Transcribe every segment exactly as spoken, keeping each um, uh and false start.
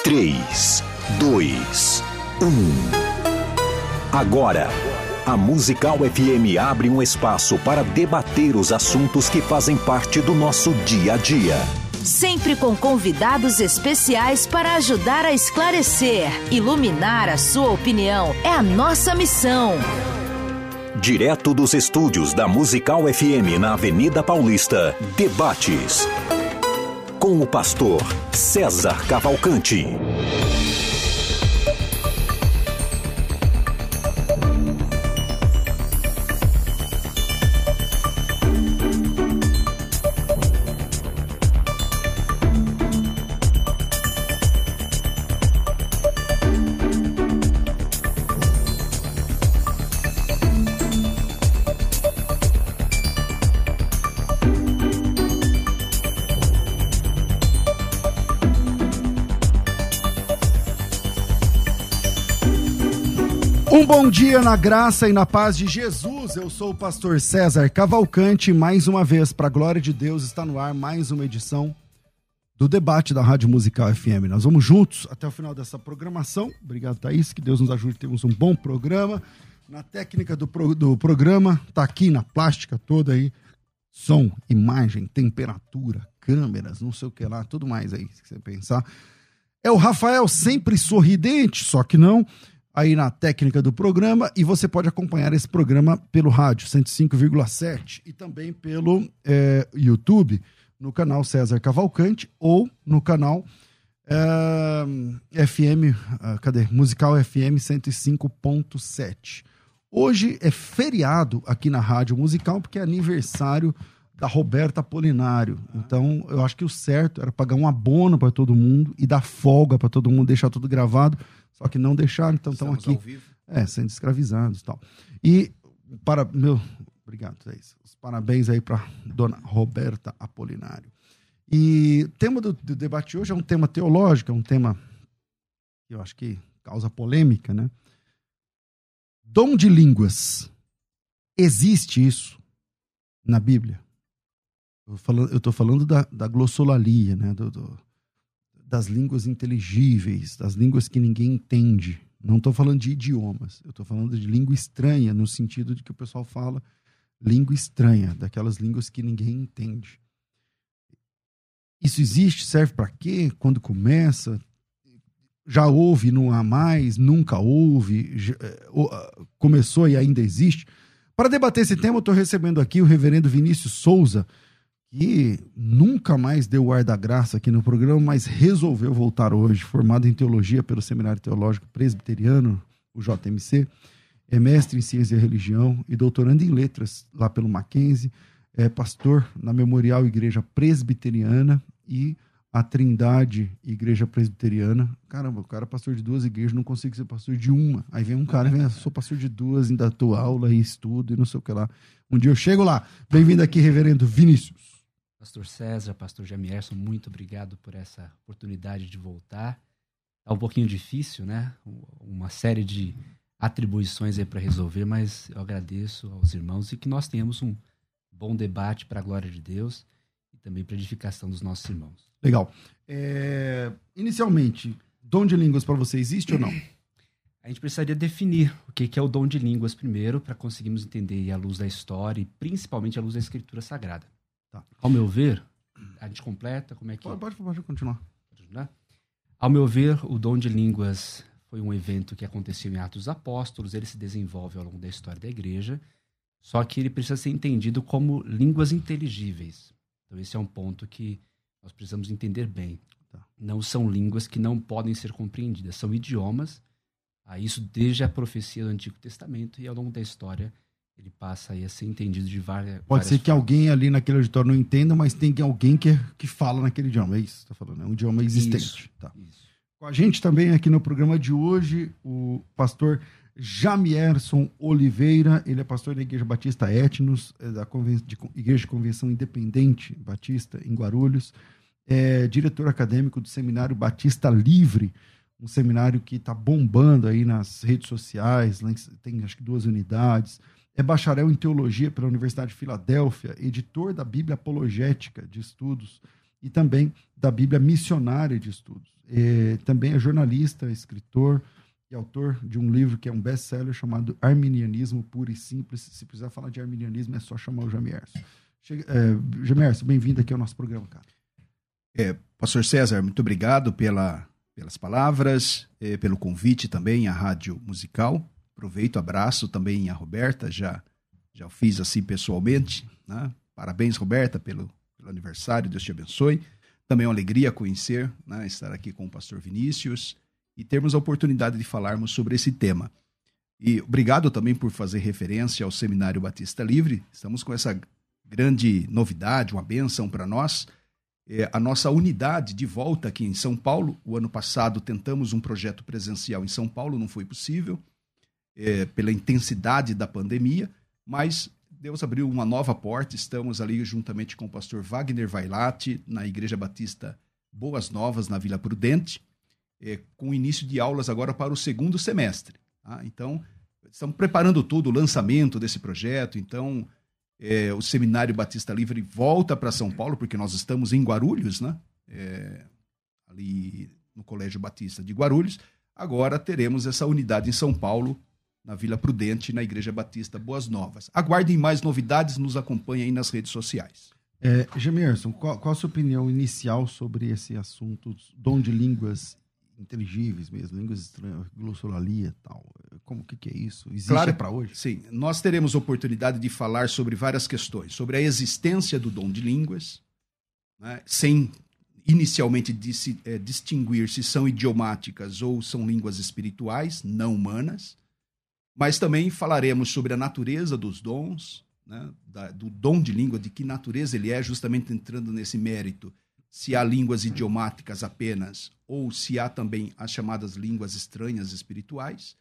três, dois, um. Agora, a Musical F M abre um espaço para debater os assuntos que fazem parte do nosso dia a dia. Sempre com convidados especiais para ajudar a esclarecer, iluminar a sua opinião. É a nossa missão. Direto dos estúdios da Musical F M na Avenida Paulista, debates com o pastor César Cavalcante. Um bom dia na graça e na paz de Jesus. Eu sou o pastor César Cavalcante. Mais uma vez, para a glória de Deus, está no ar mais uma edição do debate da Rádio Musical F M. Nós vamos juntos até o final dessa programação. Obrigado, Thaís. Que Deus nos ajude. Temos um bom programa. Na técnica do, pro, do programa, tá aqui na plástica toda aí. Som, imagem, temperatura, câmeras, não sei o que lá, tudo mais aí, se você pensar. É o Rafael, sempre sorridente, só que não... aí na técnica do programa, e você pode acompanhar esse programa pelo rádio cento e cinco vírgula sete e também pelo é, YouTube, no canal César Cavalcante ou no canal é, F M, uh, cadê? Musical F M cento e cinco ponto sete. Hoje é feriado aqui na Rádio Musical, porque é aniversário da Roberta Apolinário. Então, eu acho que o certo era pagar um abono para todo mundo e dar folga para todo mundo, deixar tudo gravado. Só que não deixaram, então estão aqui. Ao vivo. É, sendo escravizados e tal. E, para, meu, obrigado, é isso. Os parabéns aí para dona Roberta Apolinário. E o tema do, do debate hoje é um tema teológico, é um tema que eu acho que causa polêmica, né? Dom de línguas. Existe isso na Bíblia? Eu estou falando da, da glossolalia, né? Do, do, das línguas inteligíveis, das línguas que ninguém entende. Não estou falando de idiomas, eu estou falando de língua estranha, no sentido de que o pessoal fala língua estranha, daquelas línguas que ninguém entende. Isso existe? Serve para quê? Quando começa? Já houve, não há mais? Nunca houve? Já, começou e ainda existe? Para debater esse tema, eu estou recebendo aqui o reverendo Vinícius Souza, que nunca mais deu o ar da graça aqui no programa, mas resolveu voltar hoje, formado em teologia pelo Seminário Teológico Presbiteriano, o J M C, é mestre em ciência e religião e doutorando em letras lá pelo Mackenzie, é pastor na Memorial Igreja Presbiteriana e a Trindade Igreja Presbiteriana. Caramba, o cara é pastor de duas igrejas, não consigo ser pastor de uma. Aí vem um cara, vem, sou pastor de duas, ainda dou aula e estudo e não sei o que lá. Um dia eu chego lá. Bem-vindo aqui, reverendo Vinícius. Pastor César, pastor Jamierson, muito obrigado por essa oportunidade de voltar. Tá um pouquinho difícil, né? Uma série de atribuições aí para resolver, mas eu agradeço aos irmãos e que nós tenhamos um bom debate para a glória de Deus e também para a edificação dos nossos irmãos. Legal. É... Inicialmente, dom de línguas para você existe ou não? A gente precisaria definir o que é o dom de línguas primeiro, para conseguirmos entender à luz da história e principalmente à luz da Escritura Sagrada. Tá. Ao meu ver, a gente completa, como é que... Pode, pode, pode continuar. Pode continuar? Ao meu ver, o dom de línguas foi um evento que aconteceu em Atos dos Apóstolos, ele se desenvolve ao longo da história da igreja, só que ele precisa ser entendido como línguas inteligíveis. Então esse é um ponto que nós precisamos entender bem. Tá. Não são línguas que não podem ser compreendidas, são idiomas, ah, isso desde a profecia do Antigo Testamento e ao longo da história ele passa aí a ser entendido de várias Pode várias ser que formas. Alguém ali naquele auditório não entenda, mas tem alguém que, que fala naquele idioma. É isso que você está falando, é um idioma existente. Isso, tá. isso. Com a gente também aqui no programa de hoje, o pastor Jamierson Oliveira. Ele é pastor da Igreja Batista Etnos, da Conven... de Igreja de Convenção Independente Batista, em Guarulhos. É diretor acadêmico do Seminário Batista Livre, um seminário que está bombando aí nas redes sociais, tem acho que duas unidades. É bacharel em teologia pela Universidade de Filadélfia, editor da Bíblia Apologética de Estudos e também da Bíblia Missionária de Estudos. é, também é jornalista, escritor e autor de um livro que é um best-seller chamado Arminianismo Puro e Simples. Se precisar falar de arminianismo, é só chamar o Jamierson. Chega, é, Jamierson, bem-vindo aqui ao nosso programa, cara. É, Pastor César, muito obrigado pela, pelas palavras, é, pelo convite também à Rádio Musical. Aproveito, abraço também a Roberta, já, já fiz assim pessoalmente, né? Parabéns, Roberta, pelo, pelo aniversário, Deus te abençoe. Também é uma alegria conhecer, né, estar aqui com o pastor Vinícius e termos a oportunidade de falarmos sobre esse tema. E obrigado também por fazer referência ao Seminário Batista Livre. Estamos com essa grande novidade, uma bênção para nós. É, a nossa unidade de volta aqui em São Paulo. O ano passado tentamos um projeto presencial em São Paulo, não foi possível, é, pela intensidade da pandemia, mas Deus abriu uma nova porta. Estamos ali juntamente com o pastor Wagner Vailate, na Igreja Batista Boas Novas, na Vila Prudente, é, com início de aulas agora para o segundo semestre. Tá? Então, estamos preparando tudo, o lançamento desse projeto. Então, é, o Seminário Batista Livre volta para São Paulo, porque nós estamos em Guarulhos, né? É, ali no Colégio Batista de Guarulhos. Agora teremos essa unidade em São Paulo, na Vila Prudente, na Igreja Batista Boas Novas. Aguardem mais novidades, nos acompanhem aí nas redes sociais. É, Jamierson, qual, qual a sua opinião inicial sobre esse assunto, dom de línguas inteligíveis mesmo, línguas estranhas, glossolalia e tal? Como que, que é isso? Existe Claro, para hoje? Sim, nós teremos oportunidade de falar sobre várias questões, sobre a existência do dom de línguas, né, sem inicialmente dis, é, distinguir se são idiomáticas ou são línguas espirituais, não humanas. Mas também falaremos sobre a natureza dos dons, né, da, do dom de língua, de que natureza ele é, justamente entrando nesse mérito, se há línguas idiomáticas apenas ou se há também as chamadas línguas estranhas espirituais.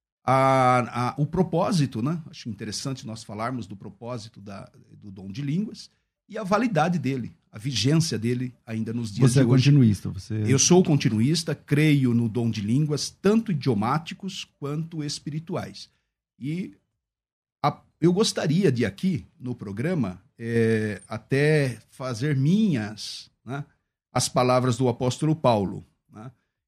A, a, o propósito, né? Acho interessante nós falarmos do propósito da, do dom de línguas e a validade dele, a vigência dele ainda nos dias você de é hoje. Continuista, você... Eu sou continuista, creio no dom de línguas, tanto idiomáticos quanto espirituais. E a, eu gostaria de aqui, no programa, é, até fazer minhas, né, as palavras do apóstolo Paulo. Né?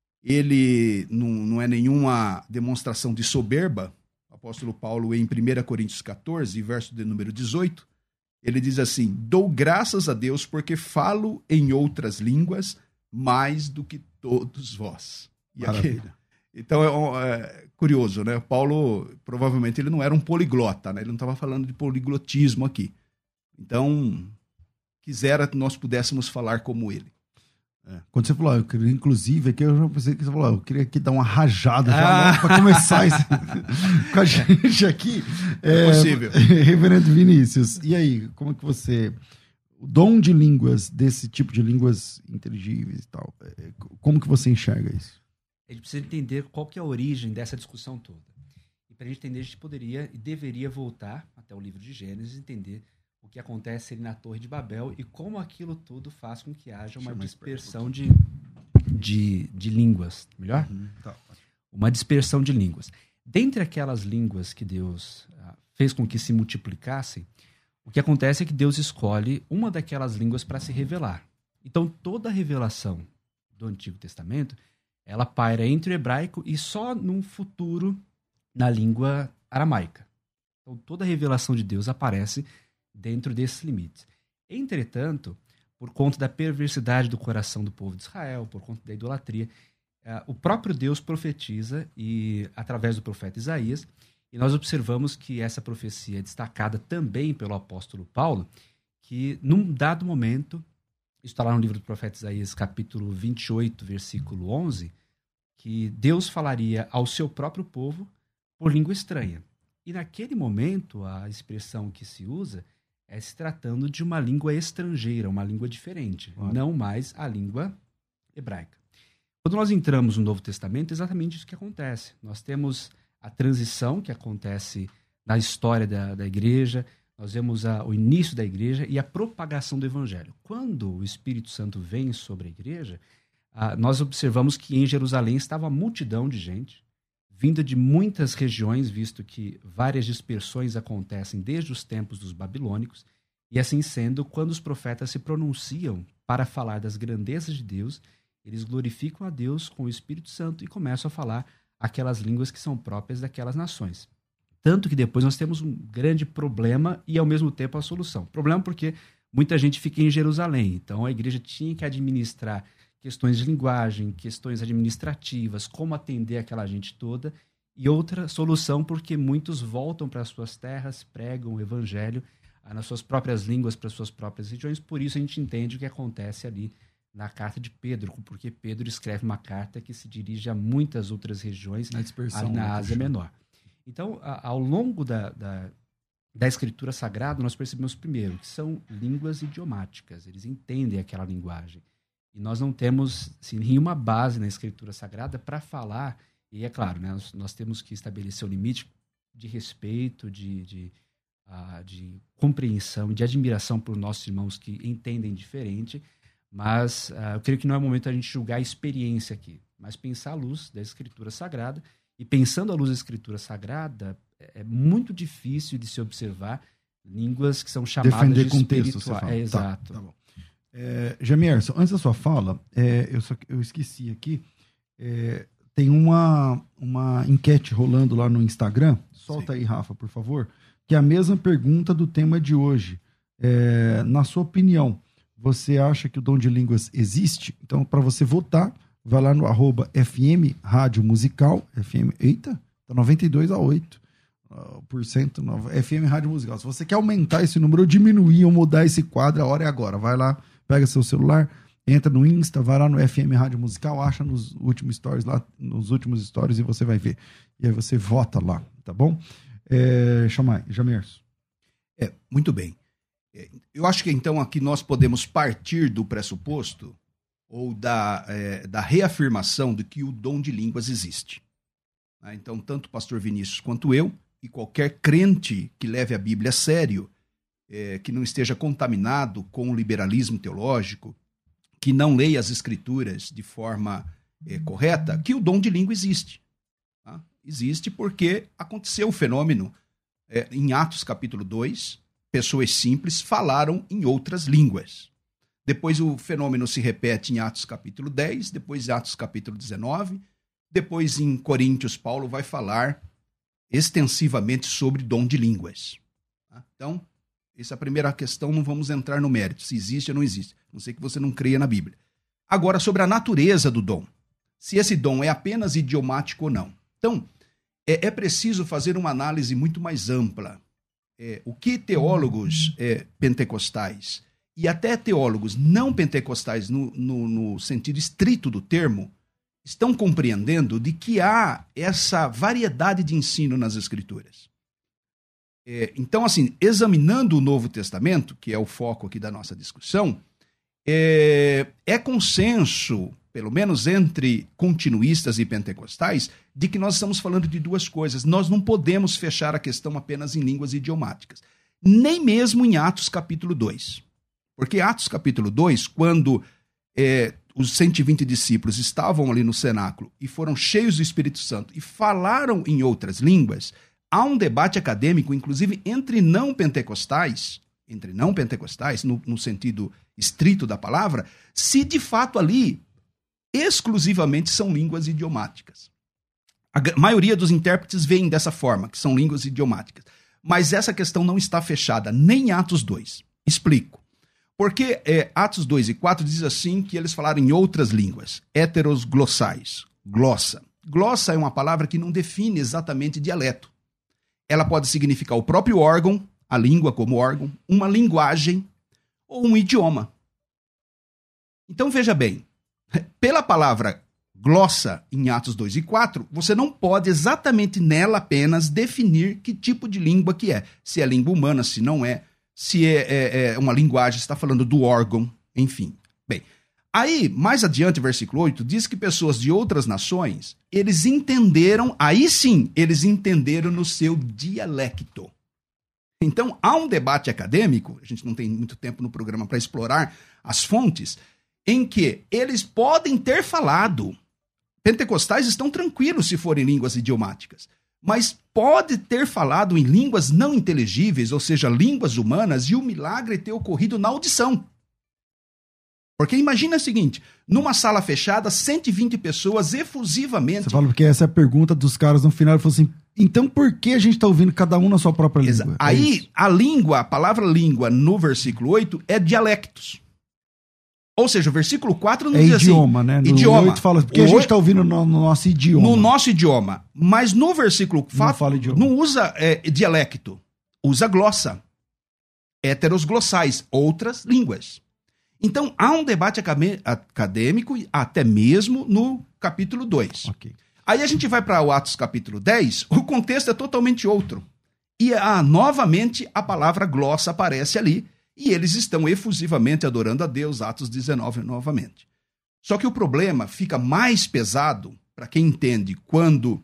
Ele não, não é nenhuma demonstração de soberba. O apóstolo Paulo, em primeira Coríntios catorze, verso de número dezoito, ele diz assim: dou graças a Deus porque falo em outras línguas mais do que todos vós. E aqui, então é, é curioso, né? Paulo, provavelmente, ele não era um poliglota, né? Ele não estava falando de poliglotismo aqui. Então, quisera que nós pudéssemos falar como ele. É. Quando você falou, eu queria, inclusive, aqui eu já pensei que você falou, eu queria aqui dar uma rajada já ah. para começar esse, com a gente aqui. É, é possível. Reverendo Vinícius, e aí, como é que você... O dom de línguas, desse tipo de línguas inteligíveis e tal, como que você enxerga isso? A gente precisa entender qual que é a origem dessa discussão toda. E para a gente entender, a gente poderia e deveria voltar até o livro de Gênesis e entender o que acontece ali na Torre de Babel e como aquilo tudo faz com que haja uma dispersão de, de, de línguas. Melhor? Uhum, tá. Uma dispersão de línguas. Dentre aquelas línguas que Deus ah, fez com que se multiplicassem, o que acontece é que Deus escolhe uma daquelas línguas para se revelar. Então, toda a revelação do Antigo Testamento, ela paira entre o hebraico e só num futuro na língua aramaica. Então, toda a revelação de Deus aparece dentro desses limites. Entretanto, por conta da perversidade do coração do povo de Israel, por conta da idolatria, uh, o próprio Deus profetiza, e através do profeta Isaías, e nós observamos que essa profecia é destacada também pelo apóstolo Paulo, que num dado momento, isso está lá no livro do profeta Isaías, capítulo vinte e oito, versículo onze, que Deus falaria ao seu próprio povo por língua estranha. E naquele momento, a expressão que se usa é se tratando de uma língua estrangeira, uma língua diferente, claro. Não mais a língua hebraica. Quando nós entramos no Novo Testamento, é exatamente isso que acontece. Nós temos a transição que acontece na história da, da igreja, nós vemos a, o início da igreja e a propagação do evangelho. Quando o Espírito Santo vem sobre a igreja, ah, nós observamos que em Jerusalém estava uma multidão de gente, vinda de muitas regiões, visto que várias dispersões acontecem desde os tempos dos babilônicos, e assim sendo, quando os profetas se pronunciam para falar das grandezas de Deus, eles glorificam a Deus com o Espírito Santo e começam a falar aquelas línguas que são próprias daquelas nações. Tanto que depois nós temos um grande problema e, ao mesmo tempo, a solução. Problema porque muita gente fica em Jerusalém, então a igreja tinha que administrar questões de linguagem, questões administrativas, como atender aquela gente toda, e outra solução porque muitos voltam para as suas terras, pregam o evangelho ah, nas suas próprias línguas, para as suas próprias regiões. Por isso a gente entende o que acontece ali na carta de Pedro, porque Pedro escreve uma carta que se dirige a muitas outras regiões na, dispersão, na Ásia Menor. Então, a, ao longo da, da, da Escritura Sagrada, nós percebemos primeiro que são línguas idiomáticas, eles entendem aquela linguagem. E nós não temos assim, nenhuma base na Escritura Sagrada para falar, e é claro, né, nós, nós temos que estabelecer o limite de respeito, de, de, uh, de compreensão, de admiração por nossos irmãos que entendem diferente, mas uh, eu creio que não é o momento a gente julgar a experiência aqui, mas pensar à luz da Escritura Sagrada, e pensando à luz da Escritura Sagrada, é muito difícil de se observar línguas que são chamadas defender de contexto, espiritual. você fala. É, exato. Tá, tá bom. É, Jamierson, antes da sua fala, é, eu, só, eu esqueci aqui, é, tem uma, uma enquete rolando lá no Instagram, solta Sim. aí, Rafa, por favor, que é a mesma pergunta do tema de hoje. É, na sua opinião, você acha que o dom de línguas existe? Então, para você votar, vai lá no arroba F M Rádio Musical, F M, eita, tá noventa e dois a oito por cento, F M Rádio Musical. Se você quer aumentar esse número ou diminuir ou mudar esse quadro, a hora é agora. Vai lá, pega seu celular, entra no Insta, vai lá no F M Rádio Musical, acha nos últimos stories lá, nos últimos stories e você vai ver. E aí você vota lá, tá bom? É, chama aí, Jamerson. É, muito bem. É, eu acho que então aqui nós podemos partir do pressuposto ou da, é, da reafirmação de que o dom de línguas existe. Ah, então, tanto o pastor Vinícius quanto eu, e qualquer crente que leve a Bíblia a sério, é, que não esteja contaminado com o liberalismo teológico, que não leia as Escrituras de forma é, correta, que o dom de língua existe. Tá? Existe porque aconteceu o fenômeno é, em Atos capítulo dois, pessoas simples falaram em outras línguas. Depois o fenômeno se repete em Atos capítulo dez, depois em Atos capítulo dezenove, depois em Coríntios Paulo vai falar extensivamente sobre dom de línguas. Tá? Então, essa é a primeira questão, não vamos entrar no mérito, se existe ou não existe. Não sei que você não creia na Bíblia. Agora, sobre a natureza do dom. Se esse dom é apenas idiomático ou não. Então, é, é preciso fazer uma análise muito mais ampla. É, o que teólogos é, pentecostais e até teólogos não pentecostais, no, no, no sentido estrito do termo, estão compreendendo de que há essa variedade de ensino nas Escrituras. É, então, assim, examinando o Novo Testamento, que é o foco aqui da nossa discussão, é, é consenso, pelo menos entre continuistas e pentecostais, de que nós estamos falando de duas coisas. Nós não podemos fechar a questão apenas em línguas idiomáticas, nem mesmo em Atos capítulo dois. Porque Atos capítulo dois, quando é, os cento e vinte discípulos estavam ali no cenáculo e foram cheios do Espírito Santo e falaram em outras línguas, há um debate acadêmico, inclusive entre não pentecostais, entre não pentecostais, no, no sentido estrito da palavra, se de fato ali exclusivamente são línguas idiomáticas. A maioria dos intérpretes veem dessa forma, que são línguas idiomáticas. Mas essa questão não está fechada nem em Atos dois. Explico. Porque é, Atos dois e quatro diz assim que eles falaram em outras línguas, heteros glossais, glossa. Glossa é uma palavra que não define exatamente dialeto. Ela pode significar o próprio órgão, a língua como órgão, uma linguagem ou um idioma. Então veja bem, pela palavra glossa em Atos dois e quatro, você não pode exatamente nela apenas definir que tipo de língua que é. Se é língua humana, se não é, se é, é, é uma linguagem, está falando do órgão, enfim. Bem, aí, mais adiante, versículo oito, diz que pessoas de outras nações, eles entenderam, aí sim, eles entenderam no seu dialecto. Então, há um debate acadêmico, a gente não tem muito tempo no programa para explorar as fontes, em que eles podem ter falado, pentecostais estão tranquilos se forem línguas idiomáticas, mas pode ter falado em línguas não inteligíveis, ou seja, línguas humanas, e o milagre ter ocorrido na audição. Porque imagina o seguinte, numa sala fechada, cento e vinte pessoas efusivamente... Você fala porque essa é a pergunta dos caras no final, ele falou assim, então por que a gente está ouvindo cada um na sua própria língua? Exa- Aí, é a língua, a palavra língua no versículo oito é dialectos. Ou seja, o versículo quatro não é diz idioma, assim... né? No idioma, oito fala, porque o a gente oito- está ouvindo no, no nosso idioma. No nosso idioma. Mas no versículo Não quatro, fala idioma. não usa é, dialecto, usa glossa. Heterosglossais, outras línguas. Então, há um debate acame- acadêmico, até mesmo no capítulo dois. Ok. Aí a gente vai para o Atos capítulo dez, o contexto é totalmente outro. E ah, novamente a palavra glossa aparece ali, e eles estão efusivamente adorando a Deus, Atos dezenove novamente. Só que o problema fica mais pesado, para quem entende, quando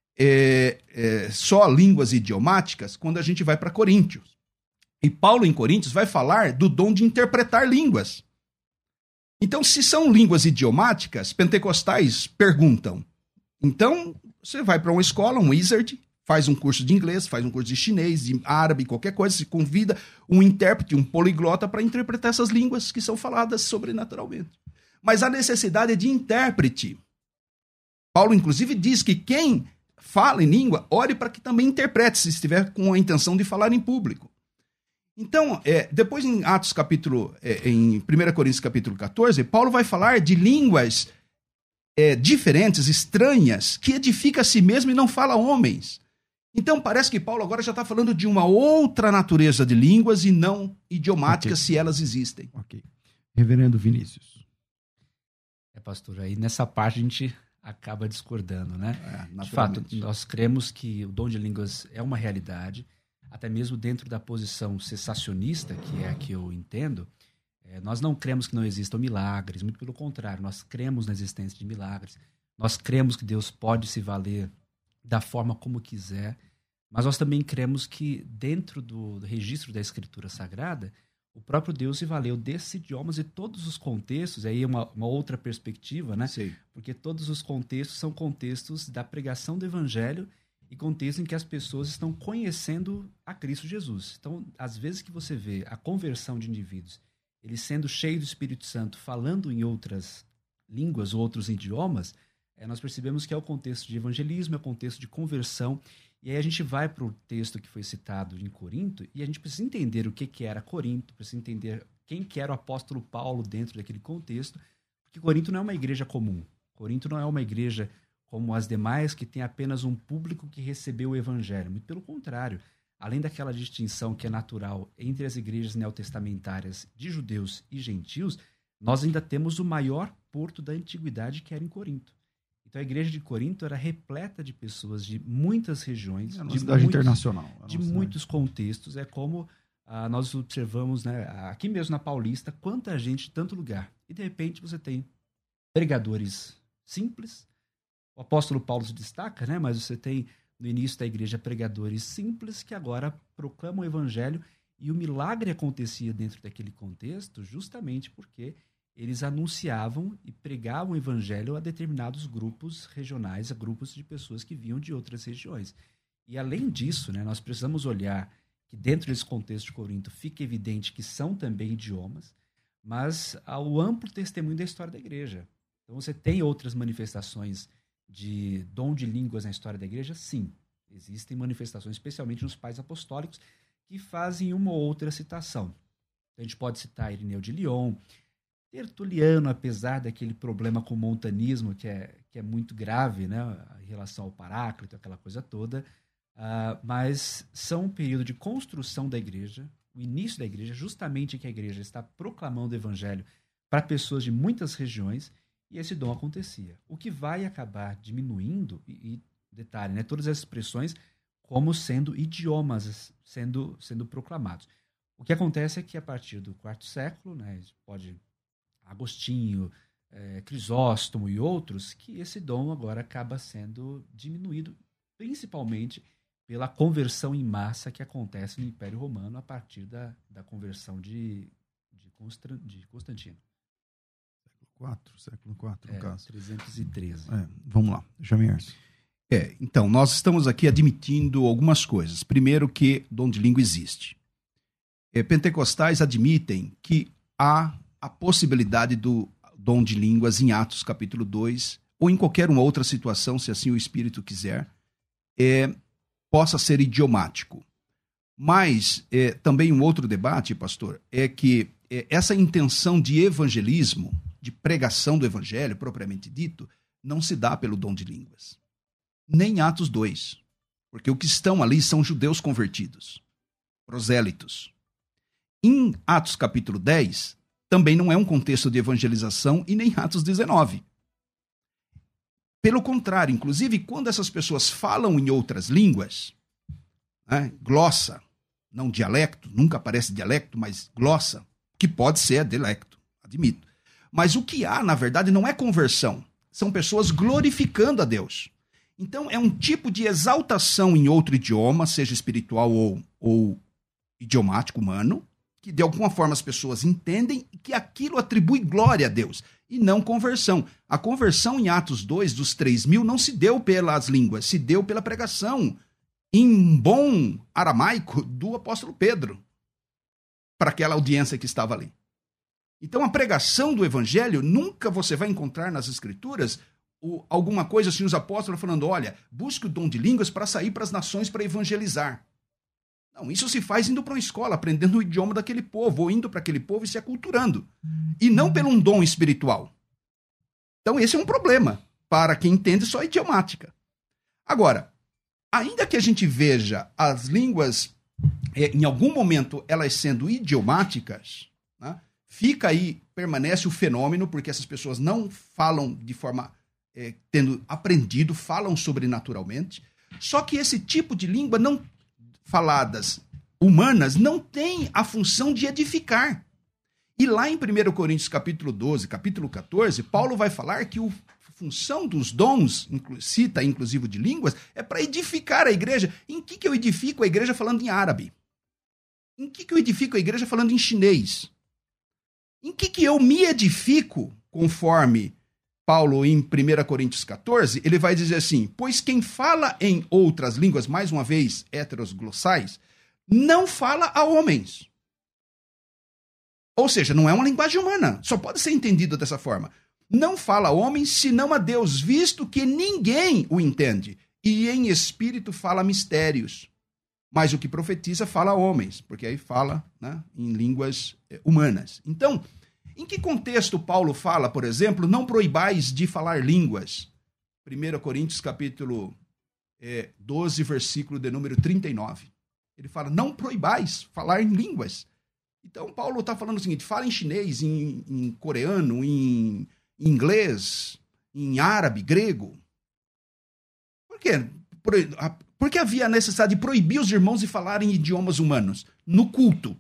é, é, só línguas idiomáticas, quando a gente vai para Coríntios. E Paulo, em Coríntios, vai falar do dom de interpretar línguas. Então, se são línguas idiomáticas, pentecostais perguntam. Então, você vai para uma escola, um wizard, faz um curso de inglês, faz um curso de chinês, de árabe, qualquer coisa, se convida um intérprete, um poliglota para interpretar essas línguas que são faladas sobrenaturalmente. Mas a necessidade é de intérprete. Paulo, inclusive, diz que quem fala em língua, ore para que também interprete, se estiver com a intenção de falar em público. Então, é, depois em Atos capítulo, é, em primeira Coríntios capítulo catorze, Paulo vai falar de línguas é, diferentes, estranhas, que edifica a si mesmo e não fala a homens. Então, parece que Paulo agora já está falando de uma outra natureza de línguas e não idiomáticas, okay, se elas existem. Ok. Reverendo Vinícius. É, pastor, aí nessa parte a gente acaba discordando, né? É, de fato, nós cremos que o dom de línguas é uma realidade, até mesmo dentro da posição cessacionista, que é a que eu entendo, é, nós não cremos que não existam milagres, muito pelo contrário, nós cremos na existência de milagres, nós cremos que Deus pode se valer da forma como quiser, mas nós também cremos que dentro do, do registro da Escritura Sagrada, o próprio Deus se valeu desses idiomas e todos os contextos, aí é uma, uma outra perspectiva, né? Sim. Porque todos os contextos são contextos da pregação do Evangelho e contextos em que as pessoas estão conhecendo a Cristo Jesus. Então, às vezes que você vê a conversão de indivíduos, eles sendo cheios do Espírito Santo, falando em outras línguas ou outros idiomas, é, nós percebemos que é o contexto de evangelismo, é o contexto de conversão. E aí a gente vai para o texto que foi citado em Corinto e a gente precisa entender o que, que era Corinto, precisa entender quem que era o apóstolo Paulo dentro daquele contexto, porque Corinto não é uma igreja comum. Corinto não é uma igreja como as demais, que tem apenas um público que recebeu o evangelho. Muito pelo contrário, além daquela distinção que é natural entre as igrejas neotestamentárias de judeus e gentios, nós ainda temos o maior porto da antiguidade, que era em Corinto. Então a igreja de Corinto era repleta de pessoas de muitas regiões, é uma de, cidade muitos, internacional, é de cidade. muitos contextos. É como ah, nós observamos, né, aqui mesmo na Paulista, quanta gente de tanto lugar. E de repente você tem pregadores simples. O apóstolo Paulo se destaca, né? Mas você tem no início da igreja pregadores simples que agora proclamam o evangelho, e o milagre acontecia dentro daquele contexto justamente porque eles anunciavam e pregavam o evangelho a determinados grupos regionais, a grupos de pessoas que vinham de outras regiões. E além disso, né, nós precisamos olhar que dentro desse contexto de Corinto fica evidente que são também idiomas, mas há o amplo testemunho da história da igreja. Então você tem outras manifestações de dom de línguas na história da igreja? Sim. Existem manifestações, especialmente nos pais apostólicos, que fazem uma ou outra citação. Então, a gente pode citar Irineu de Lyon, Tertuliano, apesar daquele problema com o montanismo, que é, que é muito grave, né, em relação ao Paráclito, aquela coisa toda, uh, mas são um período de construção da igreja, o início da igreja, justamente em que a igreja está proclamando o evangelho para pessoas de muitas regiões, e esse dom acontecia. O que vai acabar diminuindo, e, e detalhe, né, todas essas expressões como sendo idiomas sendo, sendo proclamados. O que acontece é que a partir do quarto século, né, pode Agostinho, é, Crisóstomo e outros, que esse dom agora acaba sendo diminuído, principalmente pela conversão em massa que acontece no Império Romano a partir da, da conversão de, de, Constra, de Constantino. quatro, século quatro, no é, caso. trezentos e treze. É, vamos lá, Jamierson. É, então, nós estamos aqui admitindo algumas coisas. Primeiro, que dom de língua existe. É, pentecostais admitem que há a possibilidade do dom de línguas em Atos capítulo dois, ou em qualquer uma outra situação, se assim o Espírito quiser, é, possa ser idiomático. Mas é, também um outro debate, pastor, é que é, essa intenção de evangelismo, de pregação do evangelho, propriamente dito, não se dá pelo dom de línguas. Nem em Atos dois. Porque o que estão ali são judeus convertidos, prosélitos. Em Atos capítulo dez, também não é um contexto de evangelização, e nem Atos dezenove. Pelo contrário, inclusive, quando essas pessoas falam em outras línguas, né, glossa, não dialecto, nunca aparece dialecto, mas glossa, que pode ser dialecto, admito. Mas o que há, na verdade, não é conversão. São pessoas glorificando a Deus. Então, é um tipo de exaltação em outro idioma, seja espiritual ou, ou idiomático, humano, que de alguma forma as pessoas entendem que aquilo atribui glória a Deus, e não conversão. A conversão em Atos dois, dos três mil, não se deu pelas línguas, se deu pela pregação, em bom aramaico, do apóstolo Pedro, para aquela audiência que estava ali. Então, a pregação do evangelho, nunca você vai encontrar nas escrituras o, alguma coisa assim, os apóstolos falando, olha, busque o dom de línguas para sair para as nações para evangelizar. Não, isso se faz indo para uma escola, aprendendo o idioma daquele povo, ou indo para aquele povo e se aculturando. E não pelo um dom espiritual. Então, esse é um problema para quem entende só idiomática. Agora, ainda que a gente veja as línguas, em algum momento, elas sendo idiomáticas, né, fica aí, permanece o fenômeno, porque essas pessoas não falam de forma, é, tendo aprendido, falam sobrenaturalmente. Só que esse tipo de língua não faladas humanas não tem a função de edificar. E lá em primeiro Coríntios capítulo doze, capítulo catorze, Paulo vai falar que o função dos dons, cita inclusive de línguas, é para edificar a igreja. Em que, que eu edifico a igreja falando em árabe? Em que, que eu edifico a igreja falando em chinês? Em que, que eu me edifico, conforme Paulo em primeiro Coríntios catorze, ele vai dizer assim, pois quem fala em outras línguas, mais uma vez, heteroglossais, não fala a homens. Ou seja, não é uma linguagem humana, só pode ser entendido dessa forma. Não fala a homens, senão a Deus, visto que ninguém o entende. E em espírito fala mistérios. Mas o que profetiza fala a homens, porque aí fala, né, em línguas humanas. Então, em que contexto Paulo fala, por exemplo, não proibais de falar línguas? primeiro Coríntios capítulo é, doze, versículo de número trinta e nove. Ele fala, não proibais falar em línguas. Então, Paulo está falando o seguinte, fala em chinês, em, em coreano, em inglês, em árabe, grego. Por quê? Por, porque havia a necessidade de proibir os irmãos de falarem idiomas humanos no culto.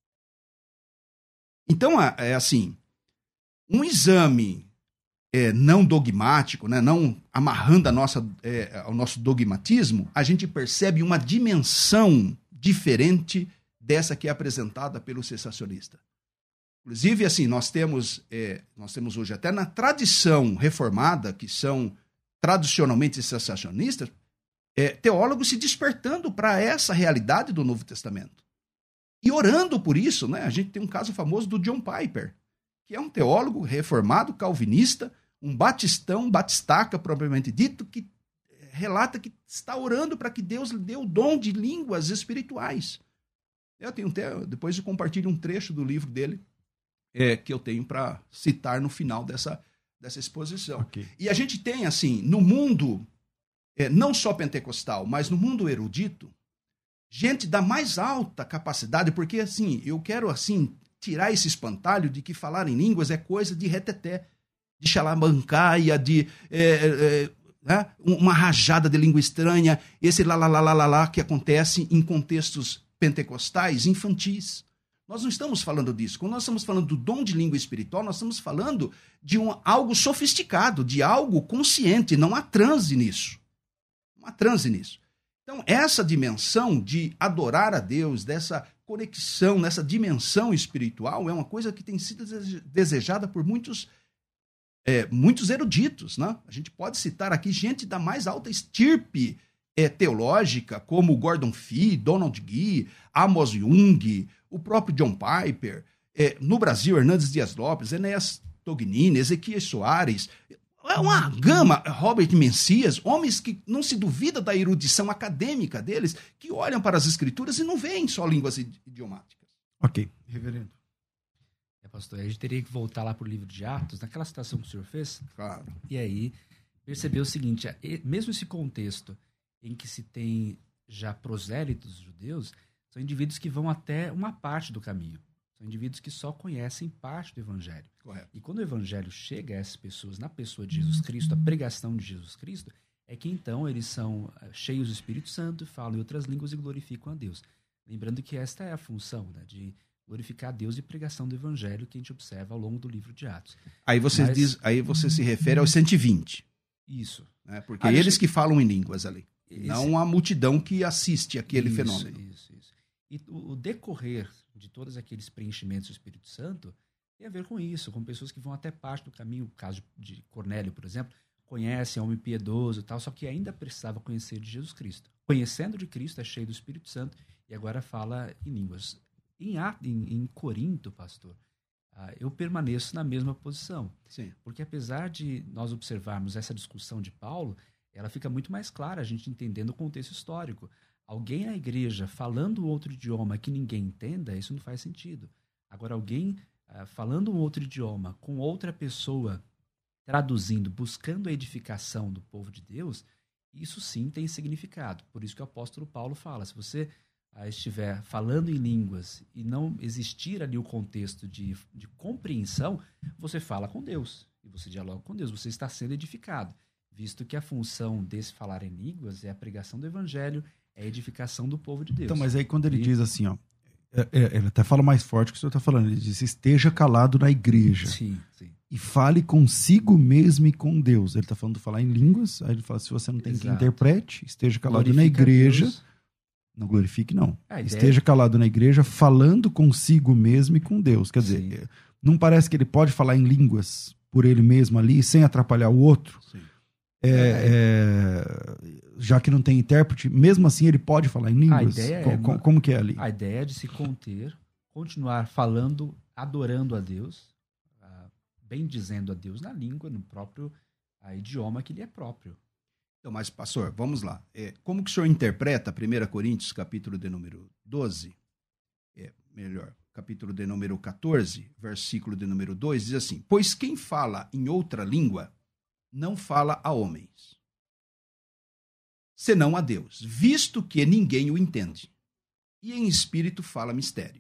Então, é assim, um exame é, não dogmático, né, não amarrando a nossa, é, ao nosso dogmatismo, a gente percebe uma dimensão diferente dessa que é apresentada pelo cessacionista. Inclusive, assim, nós temos, é, nós temos hoje até na tradição reformada, que são tradicionalmente cessacionistas, é, teólogos se despertando para essa realidade do Novo Testamento. E orando por isso, né? A gente tem um caso famoso do John Piper, que é um teólogo reformado, calvinista, um batistão, batistaca, propriamente dito, que relata que está orando para que Deus lhe dê o dom de línguas espirituais. Eu tenho até, depois eu compartilho um trecho do livro dele, é, que eu tenho para citar no final dessa, dessa exposição. Okay. E a gente tem, assim, no mundo, é, não só pentecostal, mas no mundo erudito, gente da mais alta capacidade, porque, assim, eu quero, assim, tirar esse espantalho de que falar em línguas é coisa de reteté, de xalamancaia, de é, é, é, uma rajada de língua estranha, esse lá, lá, lá, lá, lá, lá, que acontece em contextos pentecostais infantis. Nós não estamos falando disso. Quando nós estamos falando do dom de língua espiritual, nós estamos falando de um, algo sofisticado, de algo consciente. Não há transe nisso. Não há transe nisso. Então, essa dimensão de adorar a Deus, dessa conexão, nessa dimensão espiritual, é uma coisa que tem sido desejada por muitos, é, muitos eruditos, né? A gente pode citar aqui gente da mais alta estirpe é, teológica, como Gordon Fee, Donald Gee, Amos Young, o próprio John Piper, É, no Brasil, Hernandes Dias Lopes, Enéas Tognini, Ezequias Soares, é uma gama, Robert Mencias, homens que não se duvida da erudição acadêmica deles, que olham para as escrituras e não veem só línguas idiomáticas. Ok, reverendo. É, pastor, a gente teria que voltar lá para o livro de Atos, naquela citação que o senhor fez, Claro. e aí perceber o seguinte, mesmo esse contexto em que se tem já prosélitos judeus, são indivíduos que vão até uma parte do caminho. São indivíduos que só conhecem parte do evangelho. Correto. E quando o evangelho chega a essas pessoas, na pessoa de Jesus Cristo, a pregação de Jesus Cristo, é que então eles são cheios do Espírito Santo, falam em outras línguas e glorificam a Deus. Lembrando que esta é a função, né, de glorificar a Deus e pregação do evangelho que a gente observa ao longo do livro de Atos. Aí você, Mas... diz, aí você se refere aos cento e vinte. Isso. Né? Porque Aí eles gente... que falam em línguas ali. Esse... Não a multidão que assiste aquele isso, fenômeno. Isso, isso. E o, o decorrer de todos aqueles preenchimentos do Espírito Santo tem a ver com isso, com pessoas que vão até parte do caminho, o caso de Cornélio, por exemplo, conhecem homem piedoso e tal, só que ainda precisava conhecer de Jesus Cristo. Conhecendo de Cristo, é cheio do Espírito Santo e agora fala em línguas. Em, em, em Corinto, pastor, eu permaneço na mesma posição. Sim. Porque apesar de nós observarmos essa discussão de Paulo, ela fica muito mais clara, a gente entendendo o contexto histórico. Alguém na igreja falando outro idioma que ninguém entenda, isso não faz sentido. Agora, alguém uh, falando um outro idioma com outra pessoa traduzindo, buscando a edificação do povo de Deus, isso sim tem significado. Por isso que o apóstolo Paulo fala, se você uh, estiver falando em línguas e não existir ali o contexto de, de compreensão, você fala com Deus e você dialoga com Deus, você está sendo edificado, visto que a função desse falar em línguas é a pregação do evangelho, é a edificação do povo de Deus. Então, mas aí quando ele e... diz assim, ó, é, é, ele até fala mais forte que o senhor está falando, ele diz, esteja calado na igreja. Sim, sim. E fale consigo mesmo e com Deus. Ele está falando de falar em línguas, aí ele fala, se você não tem Exato. quem interprete, esteja calado Glorifica na igreja. Deus. Não glorifique, não. A ideia... Esteja calado na igreja, falando consigo mesmo e com Deus. Quer Sim. dizer, não parece que ele pode falar em línguas por ele mesmo ali, sem atrapalhar o outro? Sim. É, é, já que não tem intérprete, mesmo assim ele pode falar em línguas? A ideia como, é uma... como que é ali? A ideia é de se conter, continuar falando, adorando a Deus, uh, bendizendo a Deus na língua, no próprio uh, idioma que lhe é próprio. Então, mas, pastor, vamos lá. É, como que o senhor interpreta primeira Coríntios, capítulo de número doze? É, melhor, capítulo de número catorze, versículo de número dois, diz assim, pois quem fala em outra língua não fala a homens, senão a Deus, visto que ninguém o entende. E em espírito fala mistério.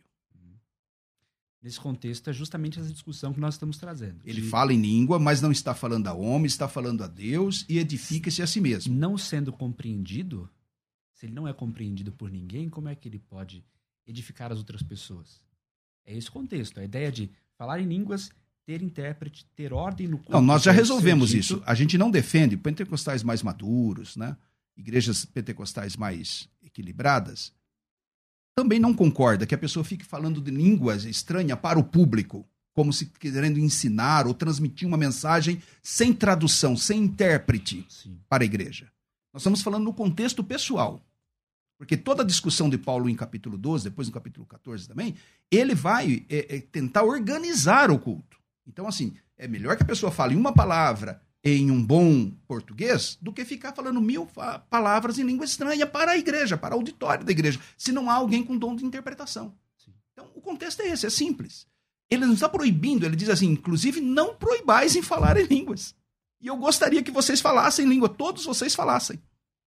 Nesse contexto, é justamente essa discussão que nós estamos trazendo. Ele de... fala em língua, mas não está falando a homem, está falando a Deus e edifica-se a si mesmo. Não sendo compreendido, se ele não é compreendido por ninguém, como é que ele pode edificar as outras pessoas? É esse o contexto. A ideia de falar em línguas, ter intérprete, ter ordem no culto. Não, nós já resolvemos dito... isso. A gente não defende pentecostais mais maduros, né? Igrejas pentecostais mais equilibradas. Também não concorda que a pessoa fique falando de línguas estranhas para o público, como se querendo ensinar ou transmitir uma mensagem sem tradução, sem intérprete Sim. para a igreja. Nós estamos falando no contexto pessoal. Porque toda a discussão de Paulo em capítulo doze, depois no capítulo catorze também, ele vai é, é, tentar organizar o culto. Então, assim, é melhor que a pessoa fale uma palavra em um bom português do que ficar falando mil palavras em língua estranha para a igreja, para o auditório da igreja, se não há alguém com dom de interpretação. Sim. Então, o contexto é esse, é simples. Ele não está proibindo, ele diz assim, inclusive, não proibais em falar em línguas. E eu gostaria que vocês falassem língua, todos vocês falassem.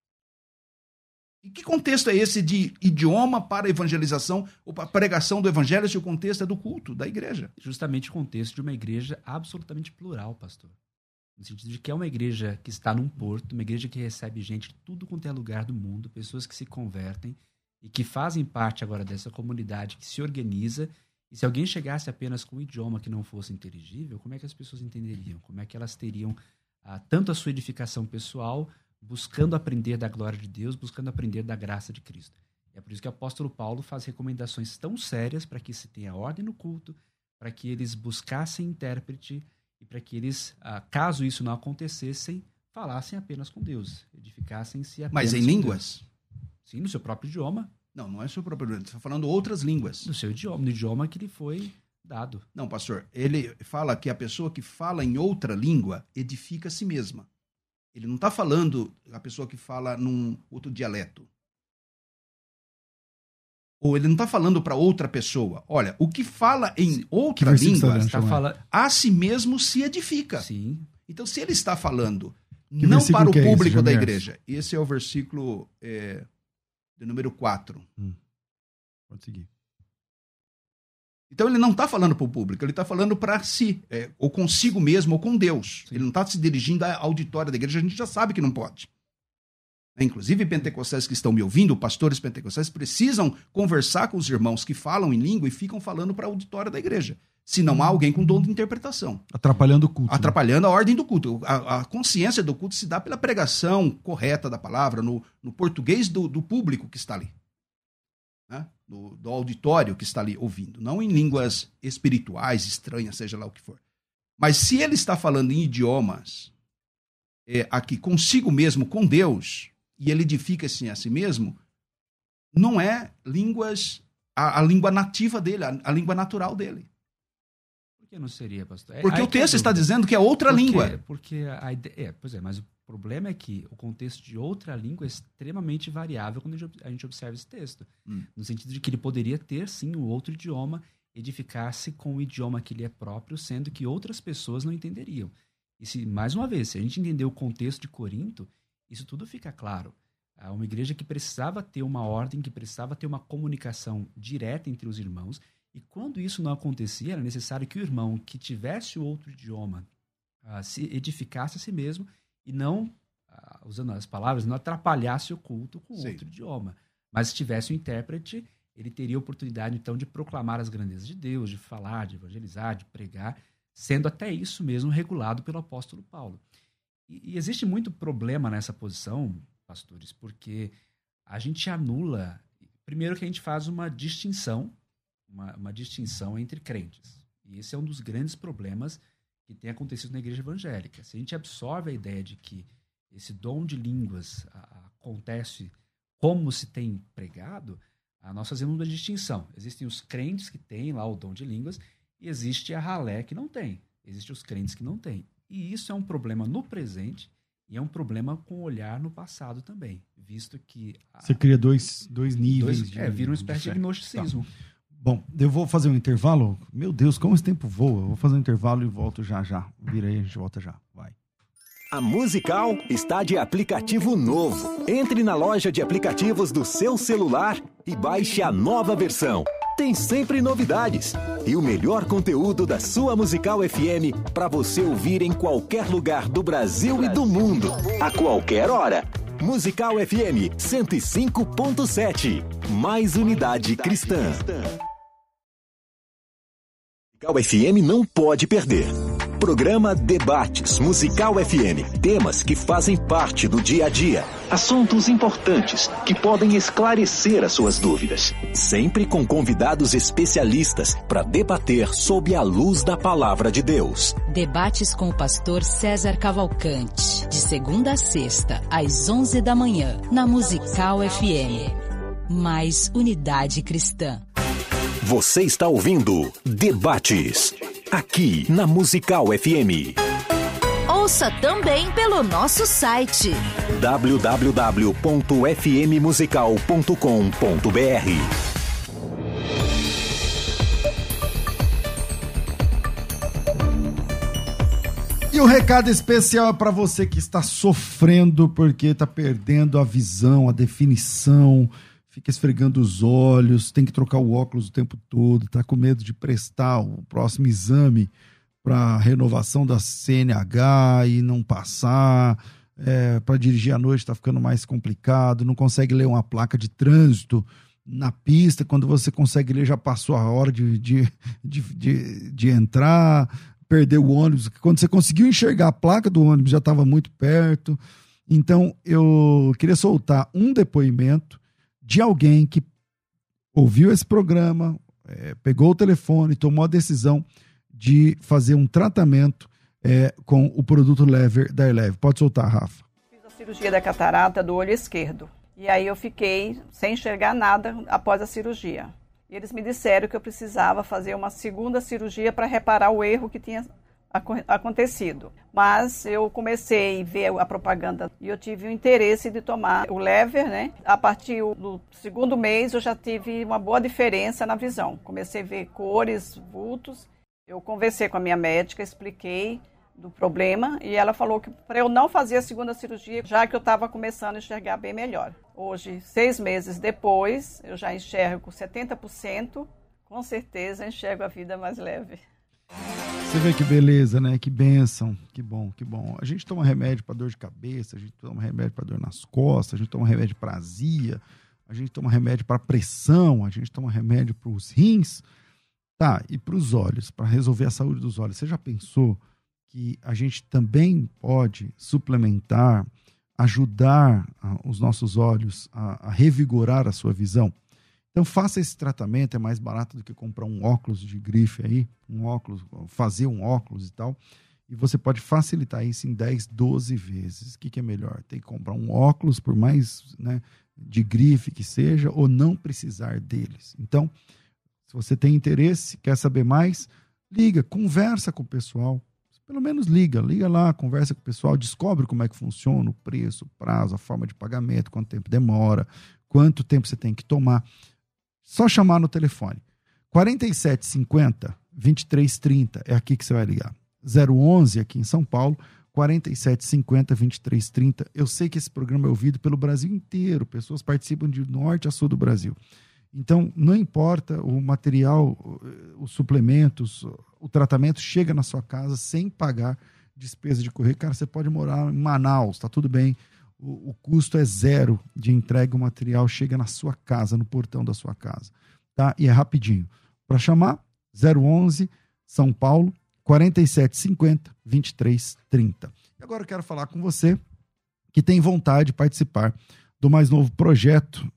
E que contexto é esse de idioma para evangelização ou para pregação do evangelho, se o contexto é do culto, da igreja? Justamente o contexto de uma igreja absolutamente plural, pastor. No sentido de que é uma igreja que está num porto, uma igreja que recebe gente de tudo quanto é lugar do mundo, pessoas que se convertem e que fazem parte agora dessa comunidade que se organiza. E se alguém chegasse apenas com um idioma que não fosse inteligível, como é que as pessoas entenderiam? Como é que elas teriam ah, tanto a sua edificação pessoal, buscando aprender da glória de Deus, buscando aprender da graça de Cristo? É por isso que o apóstolo Paulo faz recomendações tão sérias para que se tenha ordem no culto, para que eles buscassem intérprete e para que eles, ah, caso isso não acontecessem, falassem apenas com Deus, edificassem-se apenas Mas em com línguas? Deus. Sim, no seu próprio idioma. Não, não é seu próprio idioma, você está falando outras línguas. No seu idioma, no idioma que lhe foi dado. Não, pastor, ele fala que a pessoa que fala em outra língua edifica a si mesma. Ele não está falando a pessoa que fala num outro dialeto. Ou ele não está falando para outra pessoa. Olha, o que fala em outra língua, está falando... a si mesmo se edifica. Sim. Então, se ele está falando Que não para o que é público esse, da Jamers? igreja, esse é o versículo é, de número quatro. Hum. Pode seguir. Então, ele não está falando para o público, ele está falando para si, é, ou consigo mesmo, ou com Deus. Sim. Ele não está se dirigindo à auditória da igreja, a gente já sabe que não pode. Inclusive, pentecostais que estão me ouvindo, pastores pentecostais, precisam conversar com os irmãos que falam em língua e ficam falando para a auditória da igreja. Se não há alguém com dom de interpretação. Atrapalhando o culto. Atrapalhando né? a ordem do culto. A, a consciência do culto se dá pela pregação correta da palavra, no, no português do, do público que está ali. Né? Do, do auditório que está ali ouvindo. Não em línguas espirituais, estranhas, seja lá o que for. Mas se ele está falando em idiomas, é, aqui consigo mesmo, com Deus, e ele edifica-se a si mesmo, não é línguas, a, a língua nativa dele, a, a língua natural dele. Por que não seria, pastor? É, porque o texto está dizendo que é outra porque, língua. Porque a ideia, é, pois é, mas o problema é que o contexto de outra língua é extremamente variável quando a gente observa esse texto. Hum. No sentido de que ele poderia ter, sim, um outro idioma, edificar-se com o idioma que lhe é próprio, sendo que outras pessoas não entenderiam. E se, mais uma vez, se a gente entender o contexto de Corinto, isso tudo fica claro. É uma igreja que precisava ter uma ordem, que precisava ter uma comunicação direta entre os irmãos, e quando isso não acontecia, era necessário que o irmão que tivesse outro idioma uh, se edificasse a si mesmo e não, uh, usando as palavras, não atrapalhasse o culto com Sim. outro idioma. Mas se tivesse um intérprete, ele teria a oportunidade, então, de proclamar as grandezas de Deus, de falar, de evangelizar, de pregar, sendo até isso mesmo regulado pelo apóstolo Paulo. E, e existe muito problema nessa posição, pastores, porque a gente anula... Primeiro que a gente faz uma distinção, Uma, uma distinção entre crentes. E esse é um dos grandes problemas que tem acontecido na igreja evangélica. Se a gente absorve a ideia de que esse dom de línguas a, a, acontece como se tem pregado, a, nós fazemos uma distinção. Existem os crentes que têm lá o dom de línguas e existe a ralé que não tem. Existem os crentes que não têm. E isso é um problema no presente e é um problema com olhar no passado também, visto que... A, Você cria dois, dois níveis. Dois, de, é, vira uma espécie de, de gnosticismo. Tá. Bom, eu vou fazer um intervalo. Meu Deus, como esse tempo voa. Eu vou fazer um intervalo e volto já, já. Vira aí, a gente volta já. Vai. A Musical está de aplicativo novo. Entre na loja de aplicativos do seu celular e baixe a nova versão. Tem sempre novidades e o melhor conteúdo da sua Musical F M para você ouvir em qualquer lugar do Brasil e do mundo, a qualquer hora. Musical F M cento e cinco ponto sete. Mais unidade cristã. Musical F M não pode perder. Programa Debates Musical F M. Temas que fazem parte do dia a dia. Assuntos importantes que podem esclarecer as suas dúvidas. Sempre com convidados especialistas para debater sob a luz da palavra de Deus. Debates com o pastor César Cavalcante. De segunda a sexta, às onze da manhã, na Musical F M. Mais unidade cristã. Você está ouvindo Debates, aqui na Musical F M. Ouça também pelo nosso site w w w ponto f m musical ponto com ponto b r. E o recado especial é para você que está sofrendo porque está perdendo a visão, a definição, fica esfregando os olhos, tem que trocar o óculos o tempo todo, está com medo de prestar o próximo exame para renovação da C N H e não passar, é, para dirigir à noite está ficando mais complicado, não consegue ler uma placa de trânsito na pista, quando você consegue ler já passou a hora de, de, de, de, de entrar, perdeu o ônibus, quando você conseguiu enxergar a placa do ônibus já estava muito perto. Então eu queria soltar um depoimento de alguém que ouviu esse programa, é, pegou o telefone, tomou a decisão de fazer um tratamento é, com o produto Lever da Eleve. Pode soltar, Rafa. Fiz a cirurgia da catarata do olho esquerdo. E aí eu fiquei sem enxergar nada após a cirurgia. E eles me disseram que eu precisava fazer uma segunda cirurgia para reparar o erro que tinha acontecido. Mas eu comecei a ver a propaganda e eu tive o interesse de tomar o Lever, né? A partir do segundo mês eu já tive uma boa diferença na visão. Comecei a ver cores, vultos. Eu conversei com a minha médica, expliquei do problema e ela falou que para eu não fazer a segunda cirurgia, já que eu estava começando a enxergar bem melhor. Hoje, seis meses depois, eu já enxergo setenta por cento, com certeza enxergo a vida mais leve. Você vê que beleza, né? Que bênção, que bom, que bom. A gente toma remédio para dor de cabeça, a gente toma remédio para dor nas costas, a gente toma remédio para azia, a gente toma remédio para pressão, a gente toma remédio para os rins, tá? E para os olhos, para resolver a saúde dos olhos. Você já pensou que a gente também pode suplementar, ajudar a, os nossos olhos a, a revigorar a sua visão? Então faça esse tratamento, é mais barato do que comprar um óculos de grife aí, um óculos, fazer um óculos e tal, e você pode facilitar isso em dez, doze vezes. O que, que é melhor? Tem que comprar um óculos, por mais, né, de grife que seja, ou não precisar deles. Então, se você tem interesse, quer saber mais, liga, conversa com o pessoal, pelo menos liga, liga lá, conversa com o pessoal, descobre como é que funciona o preço, o prazo, a forma de pagamento, quanto tempo demora, quanto tempo você tem que tomar. Só chamar no telefone. quarenta e sete cinquenta, vinte e três trinta é aqui que você vai ligar. zero onze aqui em São Paulo, quarenta e sete cinquenta, vinte e três trinta. Eu sei que esse programa é ouvido pelo Brasil inteiro. Pessoas participam de norte a sul do Brasil. Então, não importa o material, os suplementos, o tratamento chega na sua casa sem pagar despesa de correio. Cara, você pode morar em Manaus, tá tudo bem. O, o custo é zero de entrega, o material chega na sua casa, no portão da sua casa, tá? E é rapidinho. Para chamar, zero onze, São Paulo, quarenta e sete cinquenta, vinte e três trinta. E agora eu quero falar com você que tem vontade de participar do mais novo projeto,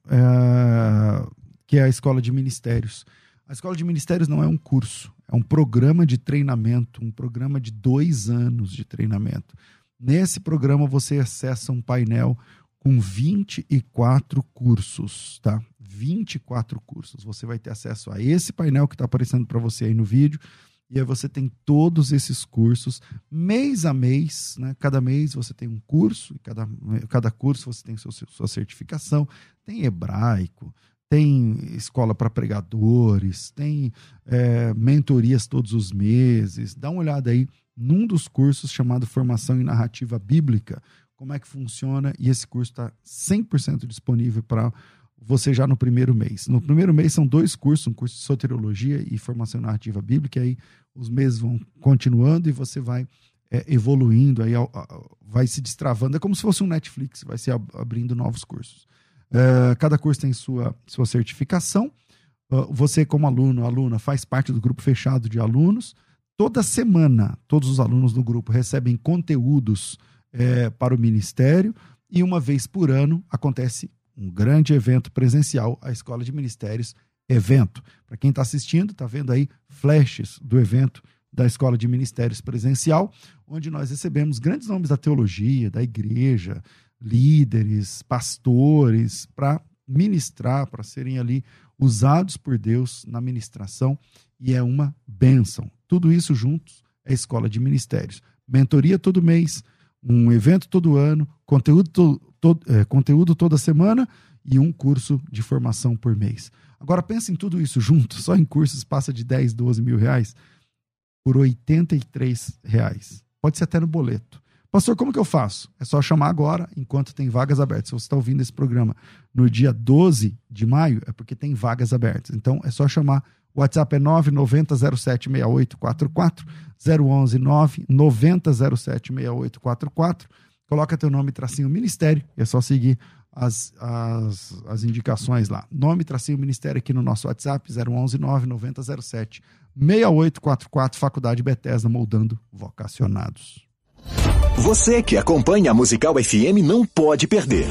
é, que é a Escola de Ministérios. A Escola de Ministérios não é um curso, é um programa de treinamento, um programa de dois anos de treinamento. Nesse programa você acessa um painel com vinte e quatro cursos, tá? vinte e quatro cursos. Você vai ter acesso a esse painel que está aparecendo para você aí no vídeo, e aí você tem todos esses cursos, mês a mês, né? Cada mês você tem um curso, e cada, cada curso você tem sua, sua certificação, tem hebraico, tem escola para pregadores, tem é, mentorias todos os meses. Dá uma olhada aí num dos cursos chamado Formação em Narrativa Bíblica, como é que funciona, e esse curso está cem por cento disponível para você já no primeiro mês. No primeiro mês são dois cursos, um curso de soteriologia e formação em narrativa bíblica, e aí os meses vão continuando e você vai é, evoluindo, aí vai se destravando, é como se fosse um Netflix, vai se abrindo novos cursos. É, cada curso tem sua, sua certificação, você como aluno, aluna, faz parte do grupo fechado de alunos. Toda semana, todos os alunos do grupo recebem conteúdos é, para o Ministério, e uma vez por ano acontece um grande evento presencial, a Escola de Ministérios Evento. Para quem está assistindo, está vendo aí flashes do evento da Escola de Ministérios Presencial, onde nós recebemos grandes nomes da teologia, da igreja, líderes, pastores, para ministrar, para serem ali usados por Deus na ministração, e é uma bênção. Tudo isso juntos é a Escola de Ministérios. Mentoria todo mês, um evento todo ano, conteúdo, to, to, é, conteúdo toda semana e um curso de formação por mês. Agora pensa em tudo isso junto, só em cursos passa de dez, doze mil reais por oitenta e três reais. Pode ser até no boleto. Pastor, como que eu faço? É só chamar agora, enquanto tem vagas abertas. Se você está ouvindo esse programa no dia doze de maio, é porque tem vagas abertas. Então, é só chamar. O WhatsApp é nove nove zero zero sete seis oito quatro quatro, zero onze nove nove zero zero sete seis oito quatro quatro. Coloca teu nome, tracinho Ministério, e é só seguir as, as, as indicações lá. Nome, tracinho Ministério aqui no nosso WhatsApp, zero onze nove nove zero zero sete seis oito quatro quatro, Faculdade Bethesda, moldando vocacionados. Você que acompanha a Musical F M não pode perder.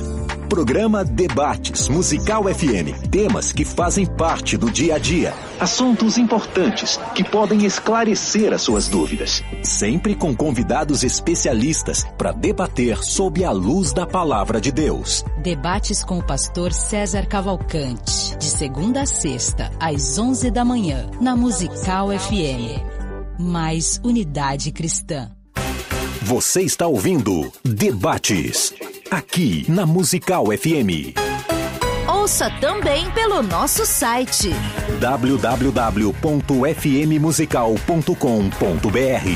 Programa Debates Musical F M. Temas que fazem parte do dia a dia. Assuntos importantes que podem esclarecer as suas dúvidas. Sempre com convidados especialistas para debater sob a luz da palavra de Deus. Debates com o pastor César Cavalcante. De segunda a sexta, às onze da manhã, na Musical F M. Mais unidade cristã. Você está ouvindo Debates, aqui na Musical F M. Ouça também pelo nosso site w w w ponto f m musical ponto com ponto b r.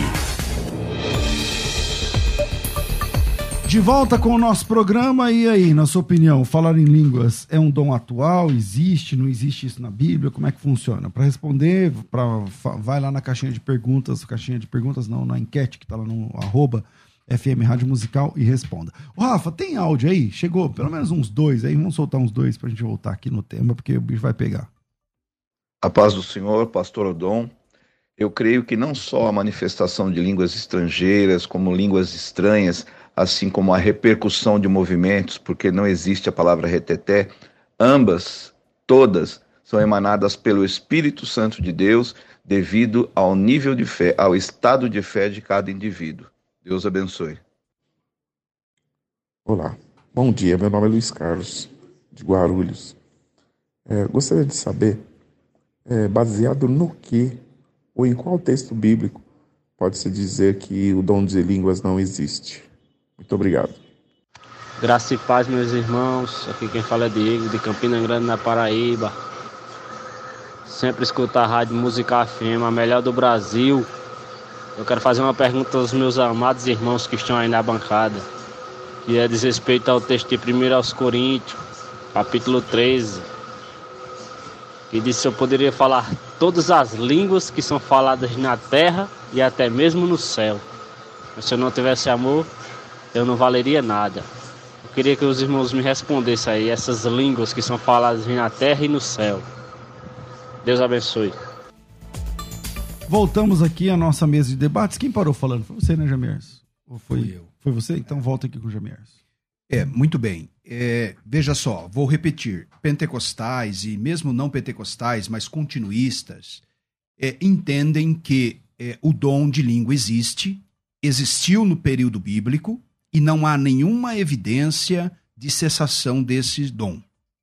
De volta com o nosso programa, e aí, na sua opinião, falar em línguas é um dom atual? Existe? Não existe isso na Bíblia? Como é que funciona? Para responder, pra, vai lá na caixinha de perguntas, caixinha de perguntas não, na enquete que está lá no arroba F M Rádio Musical e responda. Ô Rafa, tem áudio aí? Chegou pelo menos uns dois aí, vamos soltar uns dois para a gente voltar aqui no tema, porque o bicho vai pegar. A paz do Senhor, pastor Odon. Eu creio que não só a manifestação de línguas estrangeiras, como línguas estranhas, assim como a repercussão de movimentos, porque não existe a palavra reteté, ambas, todas, são emanadas pelo Espírito Santo de Deus devido ao nível de fé, ao estado de fé de cada indivíduo. Deus abençoe. Olá, bom dia, meu nome é Luiz Carlos, de Guarulhos. É, gostaria de saber, é, baseado no que, ou em qual texto bíblico, pode-se dizer que o dom de línguas não existe? Muito obrigado. Graça e paz, meus irmãos. Aqui quem fala é Diego, de Campina Grande, na Paraíba. Sempre escuto a Rádio Musical F M, a melhor do Brasil. Eu quero fazer uma pergunta aos meus amados irmãos que estão aí na bancada, que é diz respeito ao texto de primeira aos Coríntios, capítulo treze, que diz se eu poderia falar todas as línguas que são faladas na terra e até mesmo no céu. Mas se eu não tivesse amor, eu não valeria nada. Eu queria que os irmãos me respondessem aí, essas línguas que são faladas na terra e no céu. Deus abençoe. Voltamos aqui à nossa mesa de debates. Quem parou falando? Foi você, né, Jamiers? Ou foi, Fui eu. Foi você? Então volta aqui com o Jamiers. É, muito bem. É, veja só, vou repetir. Pentecostais e mesmo não pentecostais, mas continuistas, é, entendem que é, o dom de língua existe, existiu no período bíblico, e não há nenhuma evidência de cessação desse dom.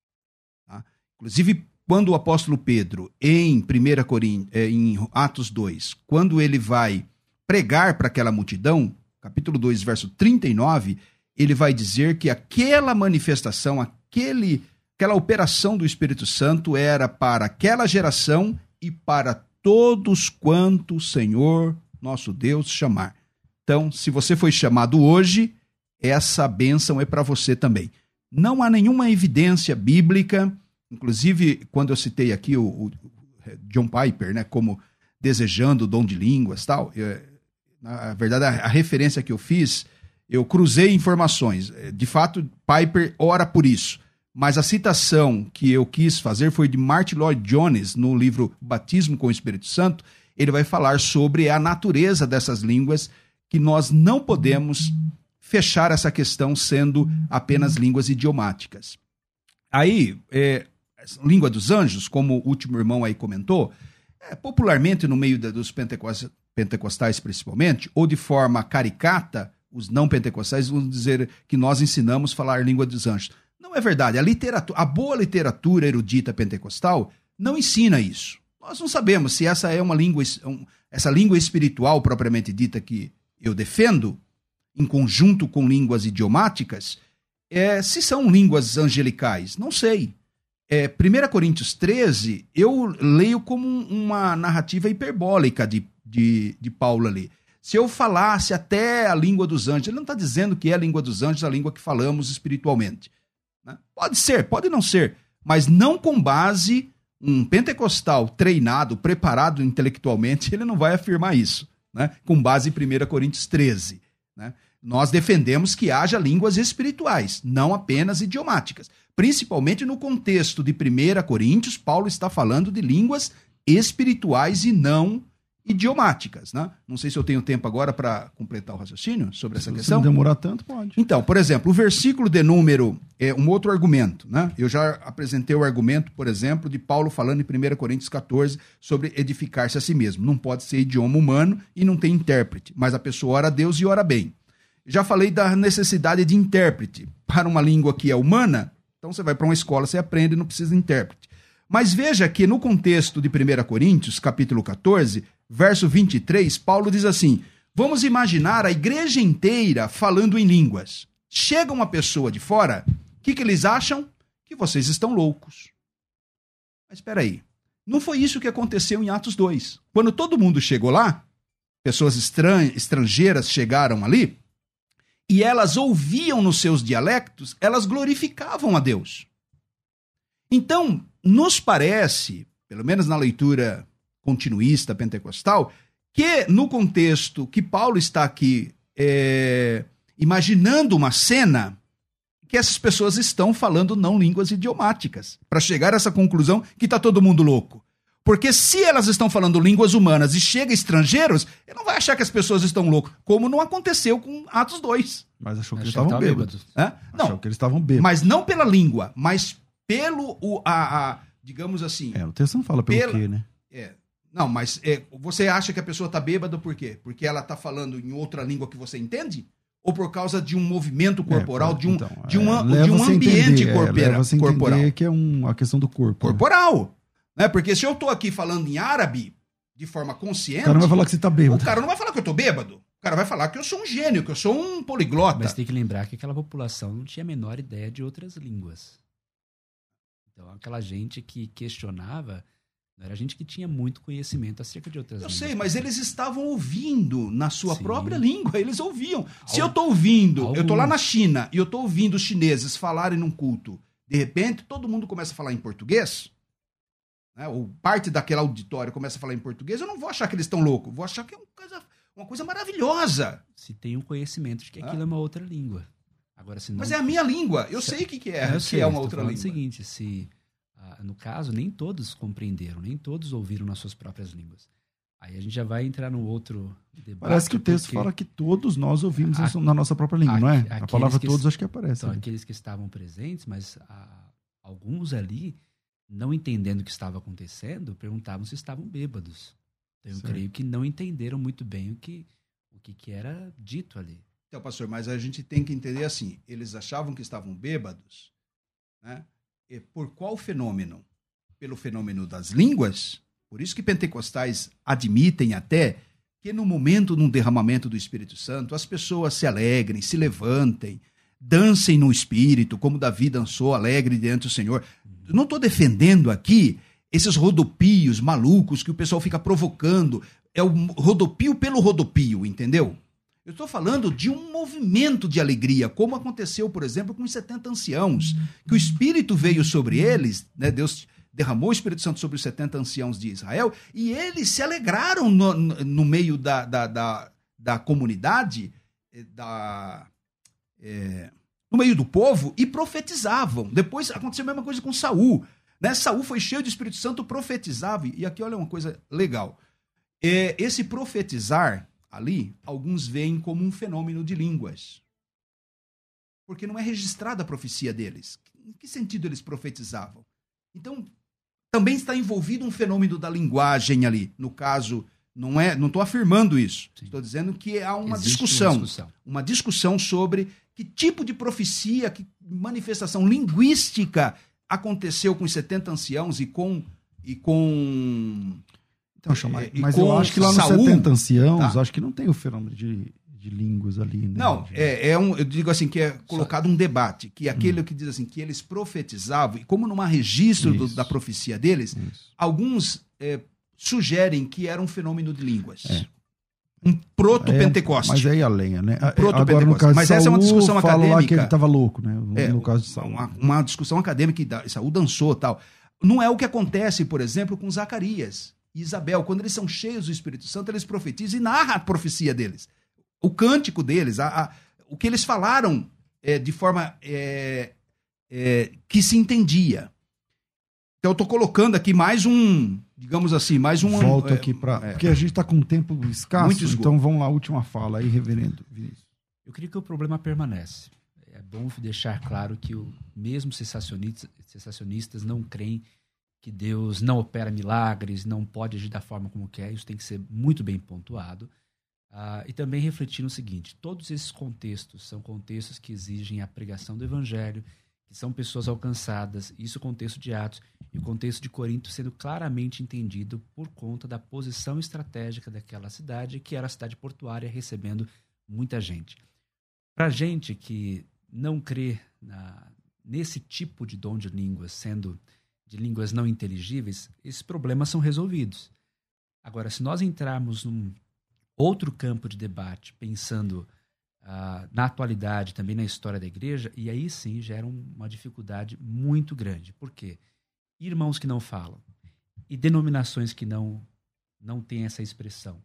Tá? Inclusive, quando o apóstolo Pedro, em primeira Coríntios, em Atos dois, quando ele vai pregar para aquela multidão, capítulo dois, verso trinta e nove, ele vai dizer que aquela manifestação, aquele, aquela operação do Espírito Santo era para aquela geração e para todos quanto o Senhor, nosso Deus, chamar. Então, se você foi chamado hoje, essa bênção é para você também. Não há nenhuma evidência bíblica, inclusive quando eu citei aqui o, o John Piper, né, como desejando o dom de línguas, tal, eu, na verdade a, a referência que eu fiz, eu cruzei informações. De fato, Piper ora por isso, mas a citação que eu quis fazer foi de Martin Lloyd Jones, no livro Batismo com o Espírito Santo. Ele vai falar sobre a natureza dessas línguas, que nós não podemos fechar essa questão sendo apenas línguas idiomáticas. Aí, é, língua dos anjos, como o último irmão aí comentou, é, popularmente no meio da, dos pentecostais, pentecostais principalmente, ou de forma caricata, os não pentecostais vão dizer que nós ensinamos a falar língua dos anjos. Não é verdade. A, literatura, a boa literatura erudita pentecostal não ensina isso. Nós não sabemos se essa é uma língua, um, essa língua espiritual propriamente dita que eu defendo, em conjunto com línguas idiomáticas, é, se são línguas angelicais, não sei. É, primeira Coríntios treze, eu leio como uma narrativa hiperbólica de, de, de Paulo ali. Se eu falasse até a língua dos anjos, ele não está dizendo que é a língua dos anjos, a língua que falamos espiritualmente. Né? Pode ser, pode não ser, mas não com base, um pentecostal treinado, preparado intelectualmente, ele não vai afirmar isso, né? Com base em primeira Coríntios treze. Né? Nós defendemos que haja línguas espirituais, não apenas idiomáticas. Principalmente no contexto de primeira Coríntios, Paulo está falando de línguas espirituais e não idiomáticas, né? Não sei se eu tenho tempo agora para completar o raciocínio sobre essa Se questão. não demorar tanto, pode. Então, por exemplo, o versículo de número é um outro argumento, né? Eu já apresentei o argumento, por exemplo, de Paulo falando em primeira Coríntios quatorze sobre edificar-se a si mesmo. Não pode ser idioma humano e não tem intérprete, mas a pessoa ora a Deus e ora bem. Já falei da necessidade de intérprete para uma língua que é humana, então você vai para uma escola, você aprende e não precisa de intérprete. Mas veja que no contexto de primeira Coríntios, capítulo quatorze, verso vinte e três, Paulo diz assim: vamos imaginar a igreja inteira falando em línguas. Chega uma pessoa de fora, o que, que eles acham? Que vocês estão loucos. Mas espera aí, não foi isso que aconteceu em Atos dois. Quando todo mundo chegou lá, pessoas estran- estrangeiras chegaram ali, e elas ouviam nos seus dialectos, elas glorificavam a Deus. Então, nos parece, pelo menos na leitura continuista pentecostal, que no contexto que Paulo está aqui é, imaginando uma cena, que essas pessoas estão falando não línguas idiomáticas, para chegar a essa conclusão que está todo mundo louco. Porque se elas estão falando línguas humanas e chega estrangeiros, ele não vai achar que as pessoas estão loucas, como não aconteceu com Atos dois. Mas achou que Achou eles estavam que tava bêbados. Hã? Não, Achou que eles estavam bêbados. mas não pela língua, mas pelo, o, a, a, digamos assim... É, o texto não fala pelo Pela- quê, né? É, não, mas é, você acha que a pessoa está bêbada por quê? Porque ela está falando em outra língua que você entende? Ou por causa de um movimento corporal, É, de um, então, de um, é, de um leva-se a ambiente entender, corpora- é, leva-se a entender corporal? que é um, a questão do corpo. né? Corporal. Né? Porque se eu estou aqui falando em árabe, de forma O consciente, cara não vai falar que você tá o bêbado. cara não vai falar que eu estou bêbado. O cara vai falar que eu sou um gênio, que eu sou um poliglota. Mas tem que lembrar que aquela população não tinha a menor ideia de outras línguas. Então, aquela gente que questionava, não era gente que tinha muito conhecimento acerca de outras Eu línguas. sei, mas eles estavam ouvindo na sua Sim. própria língua, eles ouviam. Se Al- eu tô ouvindo, eu tô lá alguns. na China e eu tô ouvindo os chineses falarem num culto, de repente todo mundo começa a falar em português, né, ou parte daquele auditório começa a falar em português, eu não vou achar que eles estão loucos, vou achar que é uma coisa, uma coisa maravilhosa. Se tem um conhecimento de que aquilo Ah. é uma outra língua. Agora, se não... Mas é a minha língua, eu sei o que, que é, eu que sei, é uma estou outra falando língua. o seguinte, se, ah, no caso, nem todos compreenderam, nem todos ouviram nas suas próprias línguas. Aí a gente já vai entrar num outro debate. Parece que o texto porque- fala que todos nós ouvimos A- isso na nossa própria língua, não é? aqu- A aqueles palavra que- todos acho que aparece. Então, ali. aqueles que estavam presentes, mas ah, alguns ali, não entendendo o que estava acontecendo, perguntavam se estavam bêbados. Então, eu Certo. creio que não entenderam muito bem o que, o que, que era dito ali. Então, pastor, mas a gente tem que entender assim, eles achavam que estavam bêbados, né? E por qual fenômeno? Pelo fenômeno das línguas? Por isso que pentecostais admitem até que no momento de um derramamento do Espírito Santo, as pessoas se alegrem, se levantem, dancem no Espírito, como Davi dançou alegre diante do Senhor. Eu não estou defendendo aqui esses rodopios malucos que o pessoal fica provocando. É o rodopio pelo rodopio, entendeu? Eu estou falando de um movimento de alegria, como aconteceu, por exemplo, com os setenta anciãos, que o Espírito veio sobre eles, né? Deus derramou o Espírito Santo sobre os setenta anciãos de Israel, e eles se alegraram no, no, no meio da, da, da, da comunidade, da, é, no meio do povo, e profetizavam. Depois aconteceu a mesma coisa com Saul. Né? Saul foi cheio de Espírito Santo, profetizava, e aqui olha uma coisa legal. É, esse profetizar ali, alguns veem como um fenômeno de línguas. Porque não é registrada a profecia deles. Em que sentido eles profetizavam? Então, também está envolvido um fenômeno da linguagem ali. No caso, não é, não estou afirmando isso. Sim. Estou dizendo que há uma Existe discussão, uma discussão. uma discussão sobre que tipo de profecia, que manifestação linguística aconteceu com os setenta anciãos e com e com Então, chama, É, e mas com eu acho que lá nos Saul, setenta anciãos, tá? acho que não tem o fenômeno de, de línguas ali. Né? Não, De- é, é um, eu digo assim, que é colocado um debate, que é aquele que diz assim, que eles profetizavam, e como não há registro do- Isso. da profecia deles, Isso. alguns é, sugerem que era um fenômeno de línguas. É. Um proto-pentecoste. Mas aí a lenha, né? A- proto-pentecoste. Agora, no caso Mas de essa é uma Saul, discussão fala lá que acadêmica. ele estava louco, né? No, É, no caso de Saul. Uma, uma discussão acadêmica, que da- Saul dançou e tal. Não é o que acontece, por exemplo, com Zacarias e Isabel. Quando eles são cheios do Espírito Santo, eles profetizam e narram a profecia deles. O cântico deles, a, a- o que eles falaram é, de forma é, é, que se entendia. Então, eu estou colocando aqui mais um, digamos assim, mais um... Volto é, aqui para... é, porque a gente está com um tempo escasso, muito esgoto. Então vamos lá, última fala aí, reverendo Vinícius. Eu creio que o problema permanece. É bom deixar claro que o, mesmo sensacionistas, sensacionistas não creem que Deus não opera milagres, não pode agir da forma como quer. Isso tem que ser muito bem pontuado. Uh, e também refletir no seguinte, todos esses contextos são contextos que exigem a pregação do evangelho, que são pessoas alcançadas, isso é o contexto de Atos, e o contexto de Corinto sendo claramente entendido por conta da posição estratégica daquela cidade, que era a cidade portuária, recebendo muita gente. Para a gente que não crê na, nesse tipo de dom de línguas, sendo de línguas não inteligíveis, esses problemas são resolvidos. Agora, se nós entrarmos num outro campo de debate, pensando uh, na atualidade, também na história da igreja, e aí sim gera uma dificuldade muito grande. Por quê? Irmãos que não falam, e denominações que não, não têm essa expressão.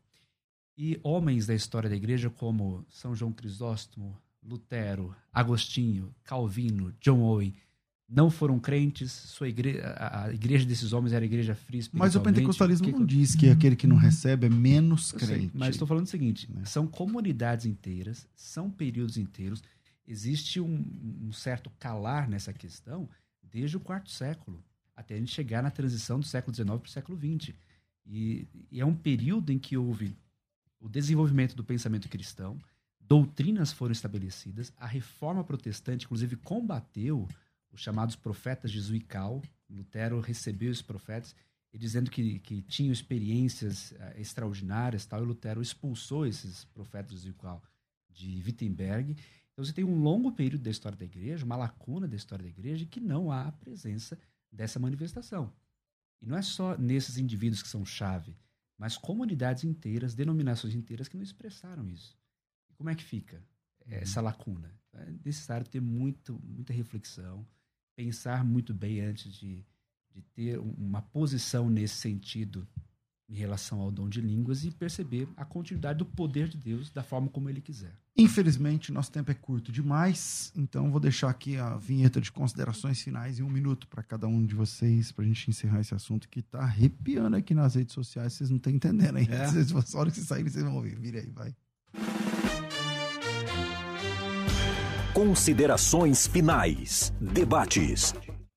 E homens da história da igreja como São João Crisóstomo, Lutero, Agostinho, Calvino, John Owen, não foram crentes, sua igreja, a igreja desses homens era a igreja fria espiritualmente. Mas o pentecostalismo que... não diz que aquele que não recebe é menos Eu crente. Sei, mas estou falando o seguinte, né? São comunidades inteiras, são períodos inteiros, existe um, um certo calar nessa questão desde o quarto século, até a gente chegar na transição do século dezenove para o século vinte. E, e é um período em que houve o desenvolvimento do pensamento cristão, doutrinas foram estabelecidas, a reforma protestante, inclusive, combateu os chamados profetas de Zuical. Lutero recebeu esses profetas, e dizendo que, que tinham experiências uh, extraordinárias, tal, e Lutero expulsou esses profetas de Zuical de Wittenberg. Então você tem um longo período da história da igreja, uma lacuna da história da igreja, que não há a presença dessa manifestação. E não é só nesses indivíduos que são chave, mas comunidades inteiras, denominações inteiras que não expressaram isso. E como é que fica essa lacuna? É necessário ter muito, muita reflexão, pensar muito bem antes de, de ter uma posição nesse sentido em relação ao dom de línguas e perceber a continuidade do poder de Deus da forma como Ele quiser. Infelizmente, nosso tempo é curto demais, então vou deixar aqui a vinheta de considerações finais em um minuto para cada um de vocês, para a gente encerrar esse assunto que está arrepiando aqui nas redes sociais, vocês não estão entendendo ainda. É. Vocês, a hora que vocês saírem, vocês vão ouvir. Vira aí, vai. Considerações finais. Debates.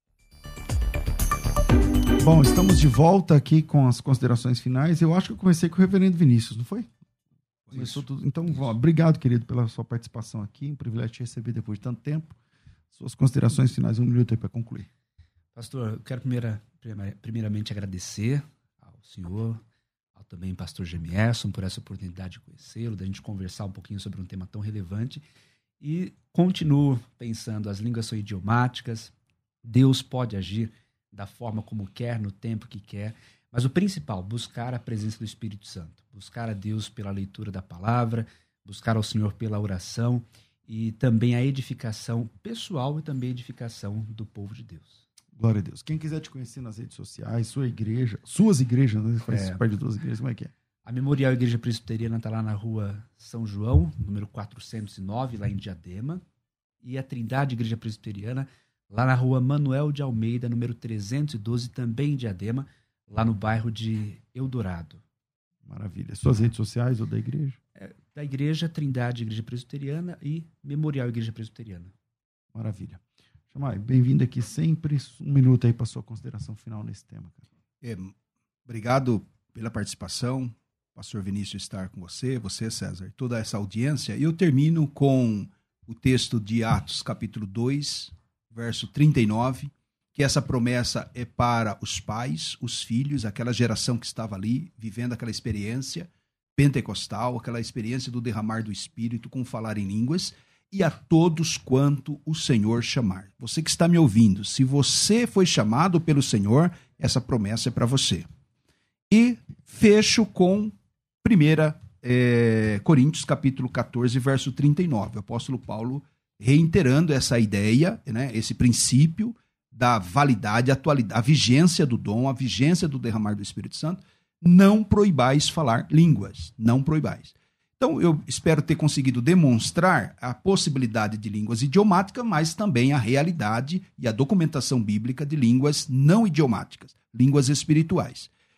Bom, estamos de volta aqui com as considerações finais. Eu acho que eu comecei com o reverendo Vinícius, não foi? Começou tudo. Então, ó, obrigado, querido, pela sua participação aqui. Um privilégio te receber depois de tanto tempo. Suas considerações finais, um minuto aí para concluir. Pastor, eu quero primeira, primeiramente agradecer ao senhor, ao também pastor Gemierson, por essa oportunidade de conhecê-lo, da gente conversar um pouquinho sobre um tema tão relevante. E continuo pensando, as línguas são idiomáticas, Deus pode agir da forma como quer, no tempo que quer, mas o principal, buscar a presença do Espírito Santo, buscar a Deus pela leitura da palavra, buscar ao Senhor pela oração e também a edificação pessoal e também a edificação do povo de Deus. Glória a Deus. Quem quiser te conhecer nas redes sociais, sua igreja, suas igrejas, né? Faz é. parte de duas igrejas, como é que é? A Memorial Igreja Presbiteriana está lá na rua São João, número quatrocentos e nove, lá em Diadema. E a Trindade Igreja Presbiteriana, lá na rua Manuel de Almeida, número trezentos e doze, também em Diadema, lá no bairro de Eldorado. Maravilha. Suas redes sociais ou da igreja? É, da igreja, Trindade Igreja Presbiteriana e Memorial Igreja Presbiteriana. Maravilha. Chamai, bem-vindo aqui sempre. Um minuto aí para sua consideração final nesse tema. Cara. É, obrigado pela participação. Pastor Vinícius estar com você, você, César, toda essa audiência. E eu termino com o texto de Atos, capítulo dois, verso trinta e nove, que essa promessa é para os pais, os filhos, aquela geração que estava ali, vivendo aquela experiência pentecostal, aquela experiência do derramar do Espírito com falar em línguas, e a todos quanto o Senhor chamar. Você que está me ouvindo, se você foi chamado pelo Senhor, essa promessa é para você. E fecho com primeira é, Coríntios, capítulo quatorze, verso trinta e nove. O apóstolo Paulo reiterando essa ideia, né, esse princípio da validade, a atualidade, a vigência do dom, a vigência do derramar do Espírito Santo. Não proibais falar línguas, não proibais. Então, eu espero ter conseguido demonstrar a possibilidade de línguas idiomáticas, mas também a realidade e a documentação bíblica de línguas não idiomáticas, línguas espirituais.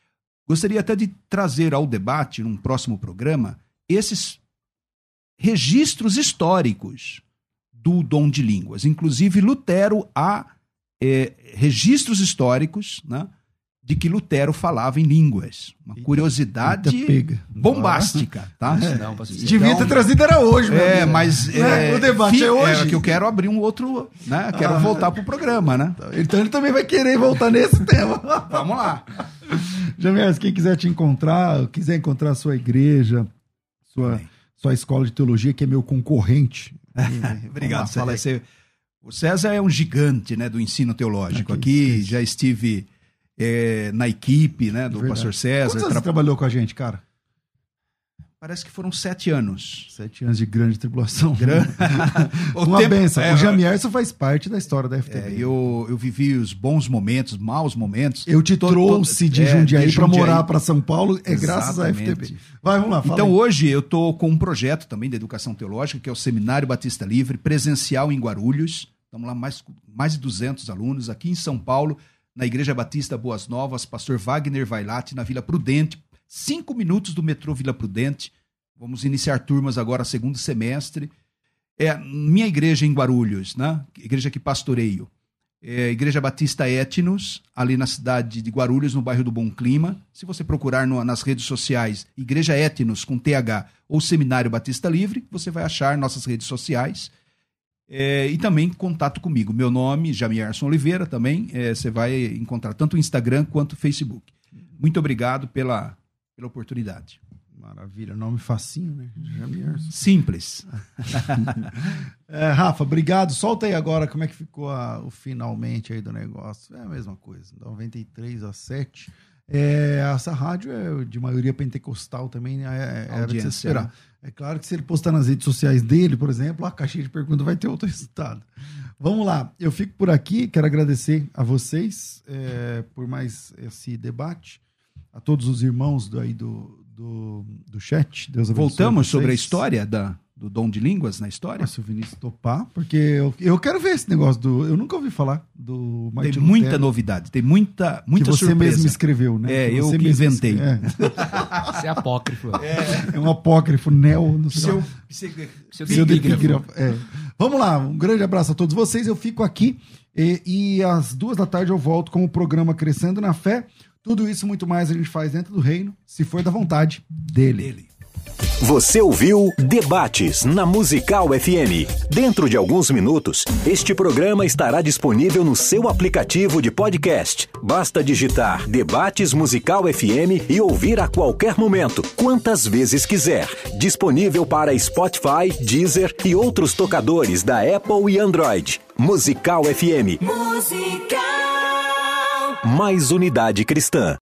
gostaria até de trazer ao debate, num próximo programa, esses registros históricos do dom de línguas. Inclusive, Lutero há é, registros históricos, né, de que Lutero falava em línguas. Uma curiosidade pega. bombástica. Tá? É. Não, pastor. Devia ter trazido, era hoje. meu É, amigo. mas Né? é, O debate fi- é hoje. É que eu quero abrir um outro, né? Quero Ah. voltar pro programa, né? Então ele também vai querer voltar nesse tema. Vamos lá. Jamers, quem quiser te encontrar, quiser encontrar a sua igreja, sua, Bem. sua escola de teologia, que é meu concorrente. Obrigado, Vamos lá, fala aí. César. O César é um gigante, né, do ensino teológico. Aqui, Aqui isso. já estive é, na equipe, né, do Verdade. pastor César. Quantos anos Tra- você trabalhou com a gente, cara? Parece que foram sete anos. Sete anos de grande tribulação. Gran- O Uma tempo- benção. é, O Jamierson faz parte da história da F T é, V. eu, eu vivi os bons momentos, maus momentos. Eu te To- trouxe to- de é, Jundiaí de para Jundiaí. morar para São Paulo, é graças à F T V. Exatamente. Vai, vamos lá, fala Então aí. hoje eu estou com um projeto também de educação teológica, que é o Seminário Batista Livre, presencial em Guarulhos. Estamos lá mais, mais de duzentos alunos, aqui em São Paulo, na Igreja Batista Boas Novas, pastor Wagner Vailate, na Vila Prudente, cinco minutos do metrô Vila Prudente. Vamos iniciar turmas agora, segundo semestre. É minha igreja em Guarulhos, né? Igreja que pastoreio. É a Igreja Batista Etnos, ali na cidade de Guarulhos, no bairro do Bom Clima. Se você procurar no, nas redes sociais, Igreja Etnos com T H ou Seminário Batista Livre, você vai achar nossas redes sociais. É, e também contato comigo. Meu nome, Jamierson Oliveira, também. É, você vai encontrar tanto o Instagram quanto o Facebook. Muito obrigado pela, pela oportunidade. Maravilha, nome facinho, né? Jamierson. Simples. É, Rafa, obrigado. Solta aí agora como é que ficou a- o finalmente aí do negócio. É a mesma coisa, noventa e três a sete. É, essa rádio é de maioria pentecostal também, né? É, era de se Audiência, esperar. né? É claro que se ele postar nas redes sociais dele, por exemplo, a caixinha de pergunta vai ter outro resultado. Vamos lá, eu fico por aqui, quero agradecer a vocês é, por mais esse debate, a todos os irmãos do, aí do, do, do chat. Deus abençoe Voltamos vocês. sobre a história da, do dom de línguas na história? Ah, se o Vinícius topar, porque eu, eu quero ver esse negócio do... Eu nunca ouvi falar do Tem Martin muita Lutero, novidade, tem muita, muita que você surpresa. mesmo escreveu, né? É, eu você que mesmo inventei. escreve- É. Isso é apócrifo. É um apócrifo, neo, não sei lá. Seu Pseudepígrafo. É. Vamos lá, um grande abraço a todos vocês. Eu fico aqui e, e às duas da tarde eu volto com o programa Crescendo na Fé. Tudo isso e muito mais a gente faz dentro do reino, se for da vontade dele. Você ouviu Debates na Musical F M. Dentro de alguns minutos, este programa estará disponível no seu aplicativo de podcast. Basta digitar Debates Musical F M e ouvir a qualquer momento, quantas vezes quiser. Disponível para Spotify, Deezer e outros tocadores da Apple e Android. Musical F M. Musical. Mais unidade cristã.